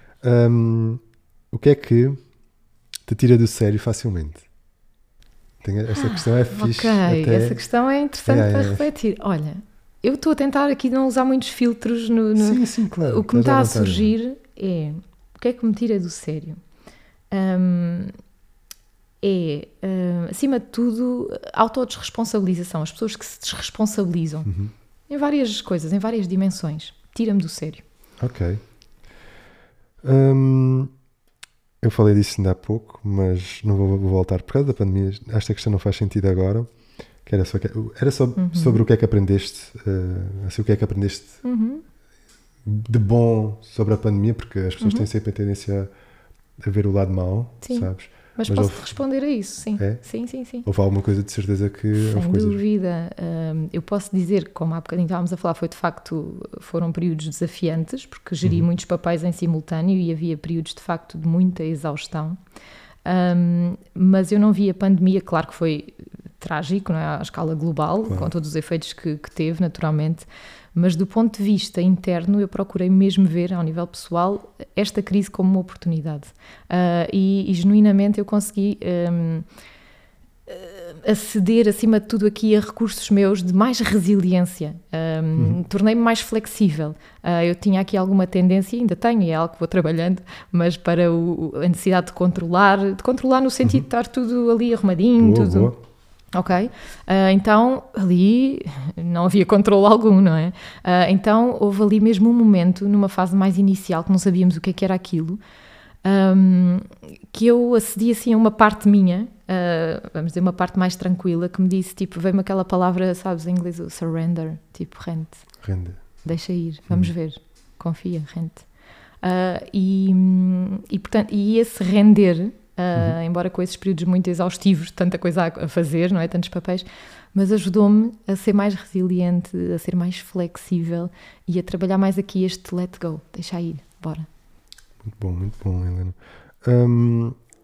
Um, o que é que te tira do sério facilmente? Tem, esta questão é fixe. Ok, até... essa questão é interessante é, para é, refletir. Olha, eu estou a tentar aqui não usar muitos filtros no... no... Sim, sim, claro. O que me está a surgir é... O que é que me tira do sério? Um, é, um, acima de tudo, autodesresponsabilização. As pessoas que se desresponsabilizam uhum. em várias coisas, em várias dimensões. Tira-me do sério. Ok. Um, eu falei disso ainda há pouco, mas não vou, vou voltar. Por causa da pandemia, esta questão não faz sentido agora. Que era só, era só uhum. sobre o que é que aprendeste, uh, assim, o que é que aprendeste uhum. de bom sobre a pandemia, porque as pessoas uhum. têm sempre a tendência a ver o lado mau, sim. sabes? Mas, Mas posso houve... responder a isso, sim. É? Sim, sim, sim. Houve alguma coisa de certeza que... Sem houve dúvida. Um, eu posso dizer, como há bocadinho estávamos a falar, foi de facto, foram períodos desafiantes, porque geri uhum. muitos papéis em simultâneo e havia períodos de facto de muita exaustão. Um, mas eu não vi a pandemia, claro que foi trágico, não é? À escala global, claro. Com todos os efeitos que, que teve, naturalmente, mas do ponto de vista interno eu procurei mesmo ver, ao nível pessoal, esta crise como uma oportunidade uh, e, e genuinamente eu consegui um, aceder acima de tudo aqui a recursos meus de mais resiliência, um, uhum. tornei-me mais flexível. Uh, eu tinha aqui alguma tendência, ainda tenho, e é algo que vou trabalhando, mas para o, a necessidade de controlar, de controlar no sentido uhum. de estar tudo ali arrumadinho, boa, tudo... Boa. Ok, uh, então ali não havia controle algum, não é? Uh, então houve ali mesmo um momento, numa fase mais inicial, que não sabíamos o que é que era aquilo, um, que eu acedi assim a uma parte minha, uh, vamos dizer, uma parte mais tranquila, que me disse, tipo, veio-me aquela palavra, sabes, em inglês, o surrender, tipo, rente. Rende. Deixa ir, vamos hum. ver, confia, rente. Uh, e, e, portanto, e esse render... Uh, uhum. embora com esses períodos muito exaustivos, tanta coisa a fazer, não é? Tantos papéis, mas ajudou-me a ser mais resiliente, a ser mais flexível e a trabalhar mais aqui este let go, deixa ir, bora. Muito bom, muito bom, Helena. Um,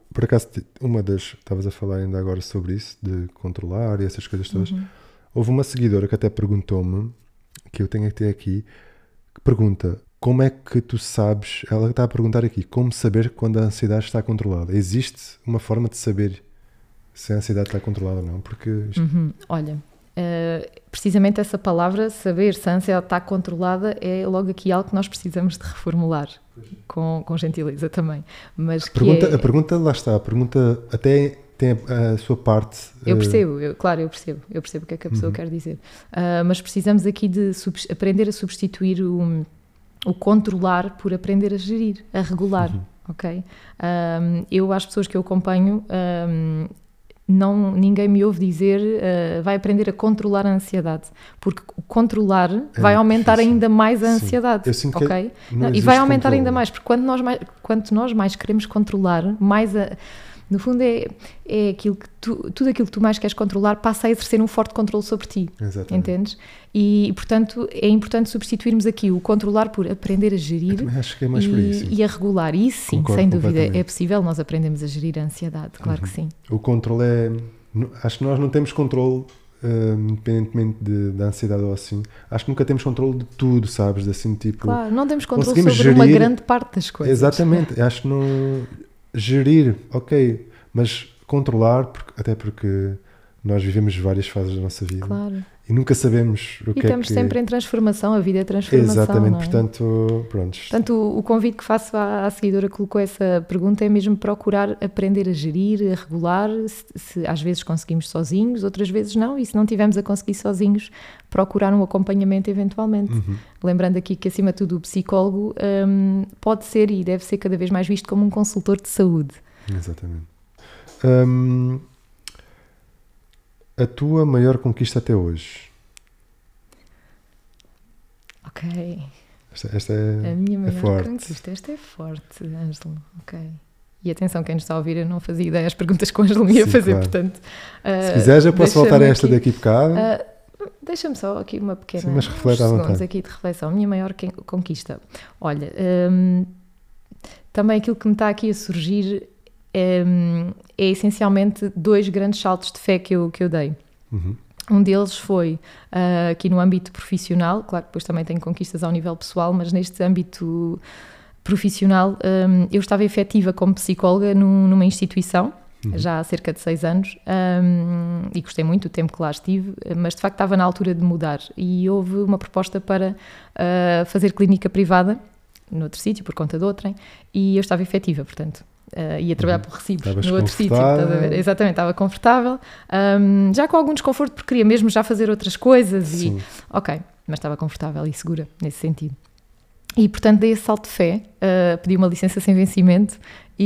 por acaso, uma das, estavas a falar ainda agora sobre isso, de controlar e essas coisas todas. Uhum. Houve uma seguidora que até perguntou-me, que eu tenho que ter aqui, que pergunta, como é que tu sabes, ela está a perguntar aqui, como saber quando a ansiedade está controlada? Existe uma forma de saber se a ansiedade está controlada ou não? Porque isto... uhum. Olha, uh, precisamente essa palavra, saber se a ansiedade está controlada, é logo aqui algo que nós precisamos de reformular, com, com gentileza também. Mas a, pergunta, é... a pergunta, lá está, a pergunta até tem a, a sua parte... Eu percebo, eu, claro, eu percebo, eu percebo o que é que a pessoa uhum. quer dizer. Uh, mas precisamos aqui de sub, aprender a substituir o, o controlar por aprender a gerir, a regular, uhum. ok? Um, eu, às pessoas que eu acompanho... Um, Não, ninguém me ouve dizer uh, vai aprender a controlar a ansiedade, porque o controlar é vai aumentar difícil. Ainda mais a ansiedade, eu sinto ok? Que não, e vai aumentar controle. Ainda mais, porque quando nós mais, quanto nós mais queremos controlar, mais a, no fundo é, é aquilo que tu, tudo aquilo que tu mais queres controlar passa a exercer um forte controle sobre ti, exatamente. Entendes? E, portanto, é importante substituirmos aqui o controlar por aprender a gerir acho que é mais e, por isso. E a regular. E isso, sim, concordo sem dúvida, é possível nós aprendemos a gerir a ansiedade, claro uhum. que sim. O controle é... Acho que nós não temos controle, uh, independentemente de, da ansiedade ou assim. Acho que nunca temos controle de tudo, sabes? Assim, tipo, claro, não temos controle sobre gerir, uma grande parte das coisas. Exatamente. Acho que não... Gerir, ok, mas controlar, porque, até porque nós vivemos várias fases da nossa vida. Claro. E nunca sabemos o e que é que... E estamos sempre em transformação, a vida é transformação. Exatamente, não é? portanto, pronto. Portanto, o, o convite que faço à, à seguidora que colocou essa pergunta é mesmo procurar aprender a gerir, a regular, se, se às vezes conseguimos sozinhos, outras vezes não, e se não tivermos a conseguir sozinhos, procurar um acompanhamento eventualmente. Uhum. Lembrando aqui que, acima de tudo, o psicólogo um, pode ser e deve ser cada vez mais visto como um consultor de saúde. Exatamente. Um, a tua maior conquista até hoje? Ok. Esta, esta é, a minha maior é forte. conquista. Esta é forte, Ângelo. Ok. E atenção, quem nos está a ouvir, eu não fazia ideia as perguntas que o Ângelo me ia Sim, fazer, claro. Portanto... Uh, Se quiseres, eu posso voltar a esta aqui, daqui a bocado. Uh, Deixa-me só aqui uma pequena... Sim, mas reflete à vontade. Aqui de reflexão. A minha maior conquista. Olha, um, também aquilo que me está aqui a surgir é, é essencialmente dois grandes saltos de fé que eu, que eu dei. Uhum. Um deles foi uh, aqui no âmbito profissional, claro que depois também tenho conquistas ao nível pessoal, mas neste âmbito profissional um, eu estava efetiva como psicóloga num, numa instituição, uhum. já há cerca de seis anos, um, e gostei muito do tempo que lá estive, mas de facto estava na altura de mudar e houve uma proposta para uh, fazer clínica privada noutro sítio, por conta de outrem, e eu estava efetiva, portanto... Uh, ia trabalhar por recibos Estavas no outro sítio, estás a ver? Exatamente, estava confortável, um, já com algum desconforto porque queria mesmo já fazer outras coisas. Sim. E ok, mas estava confortável e segura nesse sentido. E portanto dei esse salto de fé, uh, pedi uma licença sem vencimento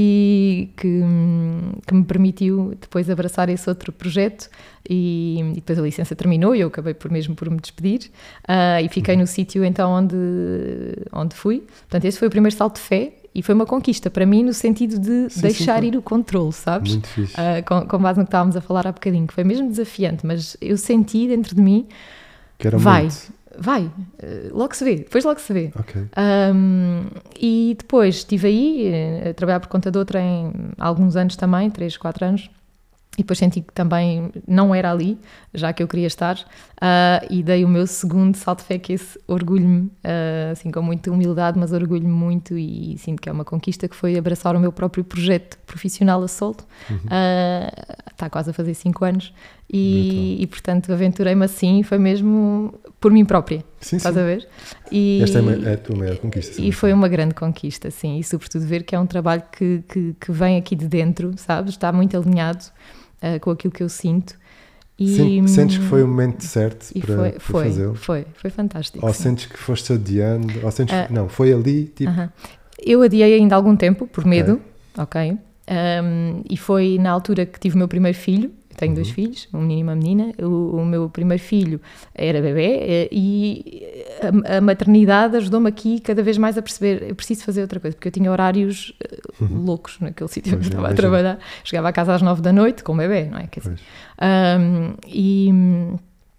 e que, que me permitiu depois abraçar esse outro projeto e, e depois a licença terminou e eu acabei por mesmo por me despedir uh, e fiquei no sítio então onde, onde fui. Portanto esse foi o primeiro salto de fé. E foi uma conquista para mim no sentido de sim, deixar sim, ir o controle, sabes? Muito fixe. Uh, com, com base no que estávamos a falar há bocadinho, que foi mesmo desafiante, mas eu senti dentro de mim, que era vai, muito. vai, uh, logo se vê, depois logo se vê. Okay. Um, e depois estive aí a trabalhar por conta de outra em alguns anos também, três, quatro anos, e depois senti que também não era ali, já que eu queria estar, uh, e dei o meu segundo salto de fé, que esse orgulho-me, uh, assim com muita humildade, mas orgulho-me muito e, e sinto que é uma conquista, que foi abraçar o meu próprio projeto profissional a solto. Uhum. Uh, está quase a fazer cinco anos e, e portanto aventurei-me assim, foi mesmo por mim própria, sim, estás sim. a ver? E, Esta é a tua maior conquista. E foi uma grande conquista, sim, e sobretudo ver que é um trabalho que, que, que vem aqui de dentro, sabes? Está muito alinhado Uh, com aquilo que eu sinto. E, Sim, sentes que foi o momento certo e para, foi, para foi, fazê-lo? Foi, foi fantástico. Ou sim. sentes que foste adiando? Ou sentes uh, que, não, foi ali, tipo... Uh-huh. Eu adiei ainda algum tempo, por medo, ok? okay. Um, e foi na altura que tive o meu primeiro filho. Eu tenho uhum. dois filhos, um menino e uma menina. O, o meu primeiro filho era bebê e a, a maternidade ajudou-me aqui cada vez mais a perceber, eu preciso fazer outra coisa, porque eu tinha horários uhum. loucos naquele sítio onde eu estava a trabalhar. Chegava a casa às nove da noite com o bebê, não é? Quer dizer, um, e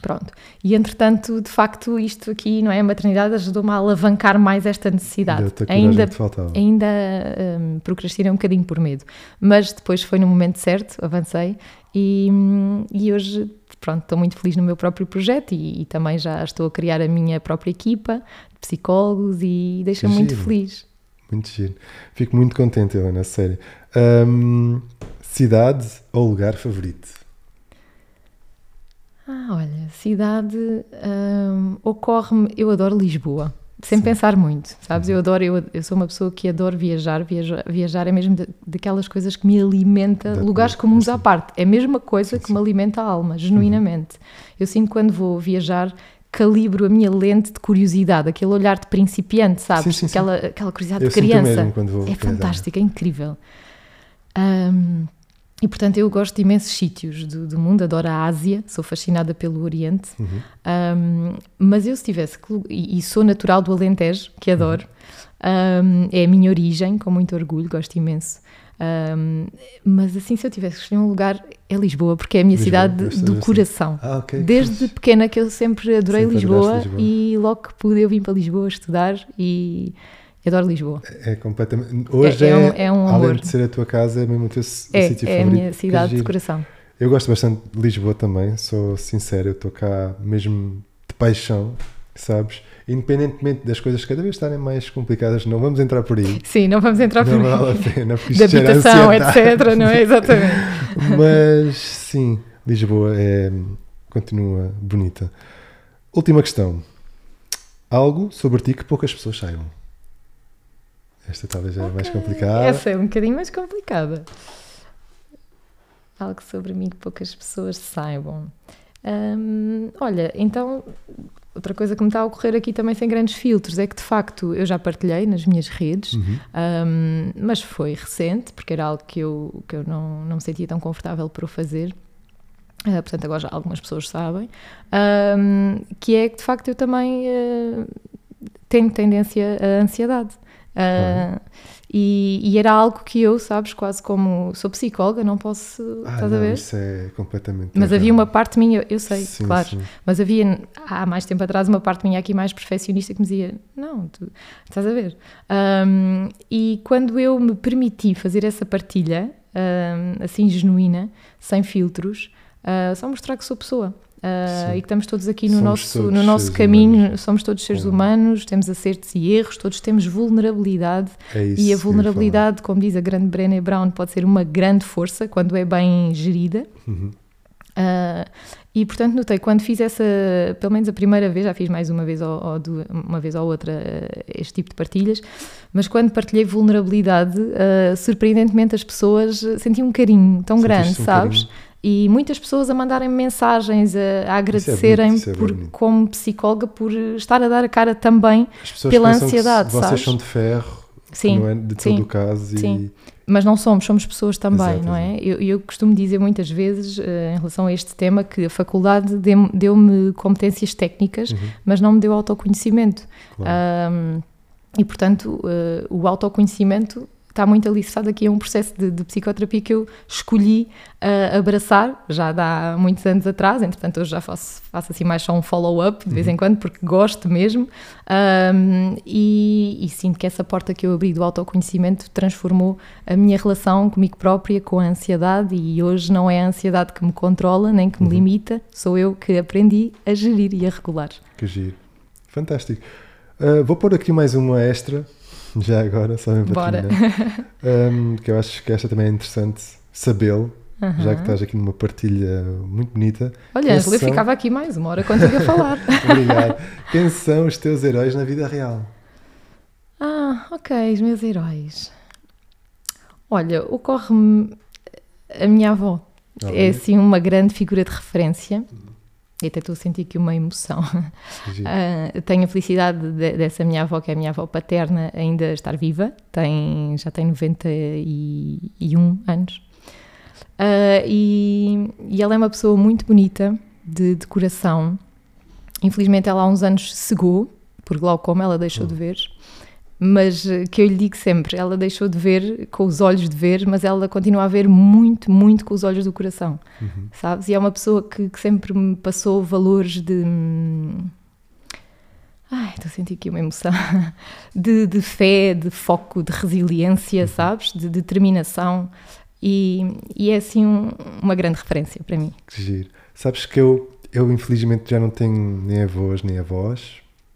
Pronto. E, entretanto, de facto, isto aqui, não é? A maternidade ajudou-me a alavancar mais esta necessidade. Deu-te a coragem Ainda, que te faltava. ainda um, procrastinei um bocadinho por medo. Mas depois foi no momento certo, avancei e, e hoje, pronto, estou muito feliz no meu próprio projeto e, e também já estou a criar a minha própria equipa de psicólogos e deixa-me muito feliz. Muito giro. Fico muito contente, Helena, sério. Um, cidade ou lugar favorito? Ah, olha, cidade, hum, ocorre-me, eu adoro Lisboa, sem Sim. pensar muito, sabes, eu adoro, eu, eu sou uma pessoa que adoro viajar, viajar, viajar é mesmo de, daquelas coisas que me alimenta, Da, lugares comuns à parte, é a mesma coisa que sim. me alimenta a alma, genuinamente. Uhum. Eu sinto que quando vou viajar, calibro a minha lente de curiosidade, aquele olhar de principiante, sabes, sim, sim, sim. Aquela, aquela curiosidade eu de criança, mesmo quando vou é viajar. fantástico, é incrível. Um, E, portanto, eu gosto de imensos sítios do, do mundo, adoro a Ásia, sou fascinada pelo Oriente, Uhum. um, mas eu se tivesse, que, e, e sou natural do Alentejo, que adoro, uhum. um, é a minha origem, com muito orgulho, gosto imenso, um, mas assim, se eu tivesse que escolher um lugar, é Lisboa, porque é a minha Lisboa, cidade do assim. coração. Ah, okay. Desde pequena que eu sempre adorei sempre Lisboa, Lisboa e logo que pude eu vim para Lisboa estudar e... adoro Lisboa. É, é completamente... Hoje é, é, um, é um além amor. de ser a tua casa, é mesmo o teu sítio é, favorito. É a minha cidade de coração. Eu gosto bastante de Lisboa também, sou sincero, eu estou cá mesmo de paixão, sabes? Independentemente das coisas cada vez estarem mais complicadas, não vamos entrar por aí. Sim, não vamos entrar por não aí. Não vale a pena, porque de isto habitação, etcétera, não é? Exatamente. Mas sim, Lisboa é, continua bonita. Última questão. Algo sobre ti que poucas pessoas saibam. Esta talvez é okay. mais complicada. Essa é um bocadinho mais complicada. Algo sobre mim que poucas pessoas saibam. Hum, olha, então, outra coisa que me está a ocorrer aqui também sem grandes filtros é que, de facto, eu já partilhei nas minhas redes, uhum. um, mas foi recente, porque era algo que eu, que eu não, não me sentia tão confortável para o fazer. Uh, portanto, agora já algumas pessoas sabem. Um, que é que, de facto, eu também uh, tenho tendência à ansiedade. Uh, e, e era algo que eu, sabes, quase como sou psicóloga, não posso, ah, estás não, a ver? Isso é completamente mas errado. havia uma parte minha, eu sei, sim, claro, sim. mas havia há mais tempo atrás uma parte minha aqui mais perfeccionista que me dizia, não, tu estás a ver? Um, e quando eu me permiti fazer essa partilha, um, assim genuína, sem filtros, uh, só mostrar que sou pessoa. Uh, e que estamos todos aqui no somos nosso, no nosso caminho, humanos. Somos todos seres é. humanos, temos acertos e erros, todos temos vulnerabilidade, é isso e a vulnerabilidade, como diz a grande Brené Brown, pode ser uma grande força quando é bem gerida. Uhum. Uh, e portanto notei, quando fiz essa, pelo menos a primeira vez, já fiz mais uma vez ou, ou duas, uma vez ou outra uh, este tipo de partilhas, mas quando partilhei vulnerabilidade, uh, surpreendentemente as pessoas sentiam um carinho tão Sentiste grande, um sabes? Carinho. E muitas pessoas a mandarem mensagens, a, a agradecerem isso é bonito, isso é por, como psicóloga por estar a dar a cara também pela ansiedade, que vocês sabes? são de ferro, sim, não é de todo sim, o caso. Sim. E... Mas não somos, somos pessoas também, exato, não é? Eu, eu costumo dizer muitas vezes, uh, em relação a este tema, que a faculdade deu-me, deu-me competências técnicas, uhum. mas não me deu autoconhecimento. Claro. Um, e, portanto, uh, o autoconhecimento está muito alicerçado aqui a um processo de, de psicoterapia que eu escolhi uh, abraçar, já há muitos anos atrás, entretanto hoje já faço, faço assim mais só um follow-up de uhum. vez em quando, porque gosto mesmo, um, e, e sinto que essa porta que eu abri do autoconhecimento transformou a minha relação comigo própria, com a ansiedade, e hoje não é a ansiedade que me controla, nem que me uhum. limita, sou eu que aprendi a gerir e a regular. Que giro. Fantástico. Uh, vou pôr aqui mais uma extra, já agora, só mesmo para terminar, um, que eu acho que esta também é interessante sabê-lo, uhum. já que estás aqui numa partilha muito bonita. Olha, Ângela, eu ficava aqui mais uma hora contigo a falar. Obrigado. Quem são os teus heróis na vida real? Ah, ok, os meus heróis. Olha, ocorre-me a minha avó. Ah, é assim uma grande figura de referência. E até estou a sentir aqui uma emoção. Uh, tenho a felicidade de, dessa minha avó, que é a minha avó paterna, ainda estar viva. Tem, já tem noventa e um anos. Uh, e, e ela é uma pessoa muito bonita, de, de coração. Infelizmente ela há uns anos cegou, por glaucoma, ela deixou oh. de ver. mas que eu lhe digo sempre, ela deixou de ver com os olhos de ver, mas ela continua a ver muito, muito com os olhos do coração, uhum. sabes? E é uma pessoa que, que sempre me passou valores de... Ai, estou a sentir aqui uma emoção, de, de fé, de foco, de resiliência, uhum. sabes? De determinação, e, e é assim um, uma grande referência para mim. Que giro. Sabes que eu, eu infelizmente já não tenho nem avós nem avós,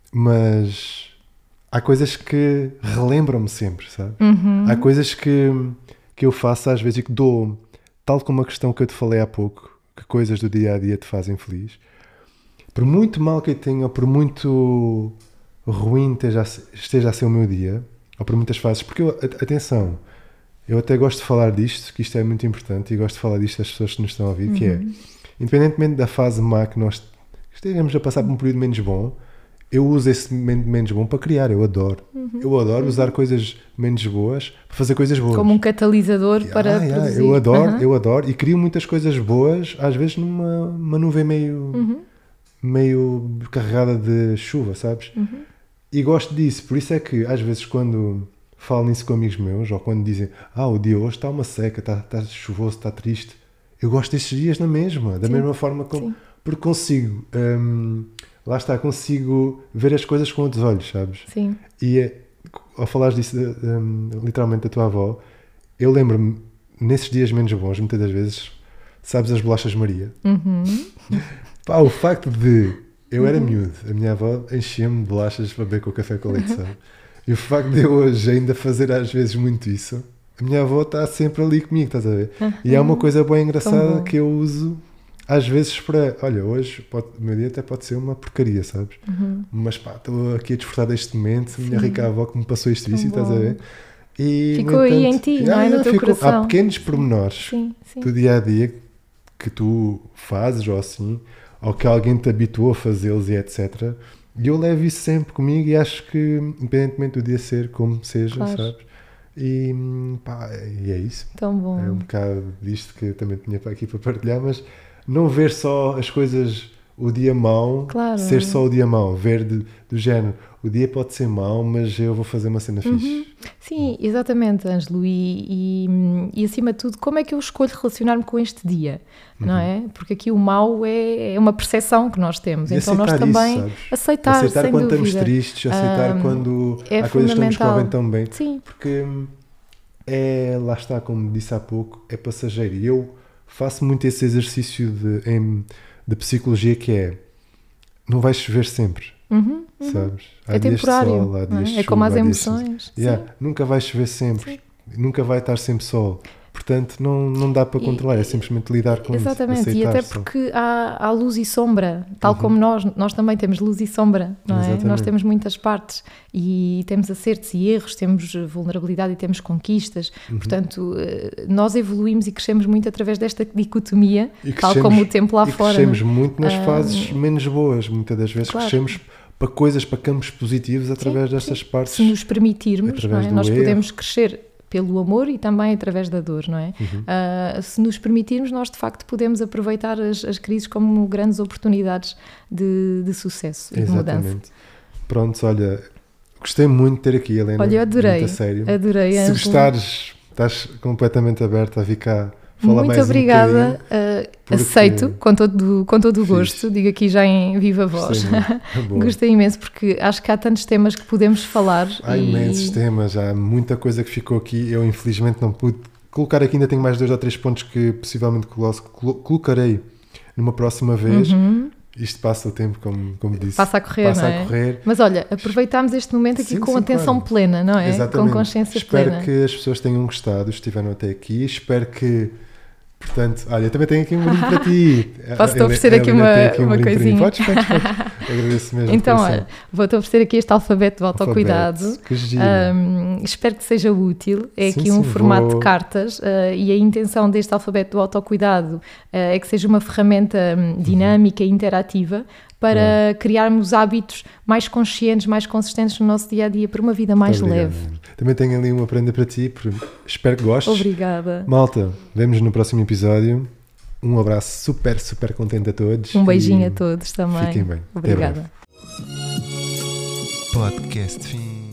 mas há coisas que relembram-me sempre, sabes? Uhum. Há coisas que, que eu faço às vezes e que dou, tal como a questão que eu te falei há pouco, que coisas do dia-a-dia te fazem feliz. Por muito mal que eu tenha, ou por muito ruim esteja a, esteja a ser o meu dia, ou por muitas fases, porque eu, atenção, eu até gosto de falar disto, que isto é muito importante, e gosto de falar disto às pessoas que nos estão a ouvir, uhum. que é, independentemente da fase má que nós estejamos a passar por um período menos bom, eu uso esse momento menos bom para criar, eu adoro. Uhum. Eu adoro uhum. usar coisas menos boas para fazer coisas boas. Como um catalisador yeah, para yeah, produzir. Eu adoro, uhum. eu adoro, e crio muitas coisas boas, às vezes numa uma nuvem meio... Uhum. meio carregada de chuva, sabes? Uhum. E gosto disso, por isso é que às vezes quando falo nisso com amigos meus, ou quando dizem, ah, o dia hoje está uma seca, está, está chuvoso, está triste, eu gosto destes dias na mesma, da Sim. mesma forma como, Sim. porque consigo, hum, lá está, consigo ver as coisas com outros olhos, sabes? Sim. E é, ao falares disso, hum, literalmente da tua avó, eu lembro-me, nesses dias menos bons, muitas das vezes, sabes as bolachas Maria? Uhum. Pá, o facto de eu era uhum. miúdo, a minha avó enchia-me de bolachas para beber com o café com leite, sabe? E o facto de eu hoje ainda fazer às vezes muito isso, a minha avó está sempre ali comigo, estás a ver? Uhum. E é uma coisa bem engraçada que eu uso às vezes para, olha, hoje pode, o meu dia até pode ser uma porcaria, sabes? Uhum. Mas pá, estou aqui a desfrutar deste momento, a minha rica avó que me passou isto isso, estás a ver? E, ficou aí em ti, não é? No teu ficou, coração. Há pequenos pormenores sim, sim. do dia-a-dia que tu fazes ou assim, ou que alguém te habituou a fazê-los e etcétera. E eu levo isso sempre comigo e acho que, independentemente do dia ser como seja, claro. Sabes? E, pá, e é isso. Tão bom. É um bocado disto que eu também tinha aqui para partilhar, mas não ver só as coisas, o dia mau, claro. ser só o dia mau, ver de, do género, o dia pode ser mau, mas eu vou fazer uma cena uhum. fixe. Sim, exatamente, Ângelo, e, e, e acima de tudo, como é que eu escolho relacionar-me com este dia, uhum. não é? Porque aqui o mau é, é uma percepção que nós temos, e então nós também isso, aceitar, aceitar sem quando dúvida. estamos tristes, aceitar um, quando é há coisas que não nos correm tão bem, Sim. porque é, lá está, como disse há pouco, é passageiro, e eu faço muito esse exercício de, em, de psicologia que é, não vais chover sempre. Uhum, uhum. Sabes? Há é dias temporário, de sol, há dias é? de chuva, é como as há emoções. De... Yeah, nunca vai chover sempre, Sim. nunca vai estar sempre sol. Portanto, não, não dá para controlar, e, é simplesmente lidar com exatamente, isso. Exatamente, e até só. Porque há, há luz e sombra, tal uhum. como nós, nós também temos luz e sombra, não é? Nós temos muitas partes e temos acertos e erros, temos vulnerabilidade e temos conquistas, uhum. portanto, nós evoluímos e crescemos muito através desta dicotomia, tal como o tempo lá e fora. crescemos muito nas fases um, menos boas, muitas das vezes claro. Crescemos para coisas, para campos positivos através sim, destas sim. partes. Se nos permitirmos, não é? Nós erro. Podemos crescer pelo amor e também através da dor, não é? Uhum. Uh, se nos permitirmos, nós de facto podemos aproveitar as, as crises como grandes oportunidades de, de sucesso e Exatamente. De mudança. Pronto, olha, gostei muito de ter aqui, Helena. Olha, eu adorei. Muito a sério. Adorei. Se Angela. Gostares, estás completamente aberta a vir cá falar muito mais obrigada. um uh, aceito com todo, com todo o gosto, Fixe. Digo aqui já em viva voz. Gostei, Gostei imenso porque acho que há tantos temas que podemos falar. Há e... imensos temas, há muita coisa que ficou aqui. Eu infelizmente não pude colocar aqui, ainda tenho mais dois ou três pontos que possivelmente colocarei numa próxima vez. Uhum. Isto passa o tempo, como, como disse. Passa a correr, passa não a é? correr. Mas olha, aproveitámos este momento aqui sim, com sim, atenção claro. Plena, não é? Exatamente. Com consciência Espero plena. Espero que as pessoas tenham gostado, estiveram até aqui. Espero que... Portanto, olha, eu também tenho aqui um brinde para ti. Posso-te oferecer aqui uma, aqui um uma coisinha? Podes, podes, podes. Agradeço mesmo. Então, olha, vou-te oferecer aqui este alfabeto de autocuidado. Alfabeto. Que giro. Um, espero que seja útil. É sim, aqui um sim, formato vou... de cartas uh, e a intenção deste alfabeto do autocuidado uh, é que seja uma ferramenta um, dinâmica e interativa para é. criarmos hábitos mais conscientes, mais consistentes no nosso dia-a-dia para uma vida mais Obrigado. leve. Também tenho ali uma prenda para ti, espero que gostes. Obrigada. Malta, vemos no próximo episódio. Um abraço super, super contente a todos. Um beijinho a todos também. Fiquem bem. Obrigada. Podcast fim.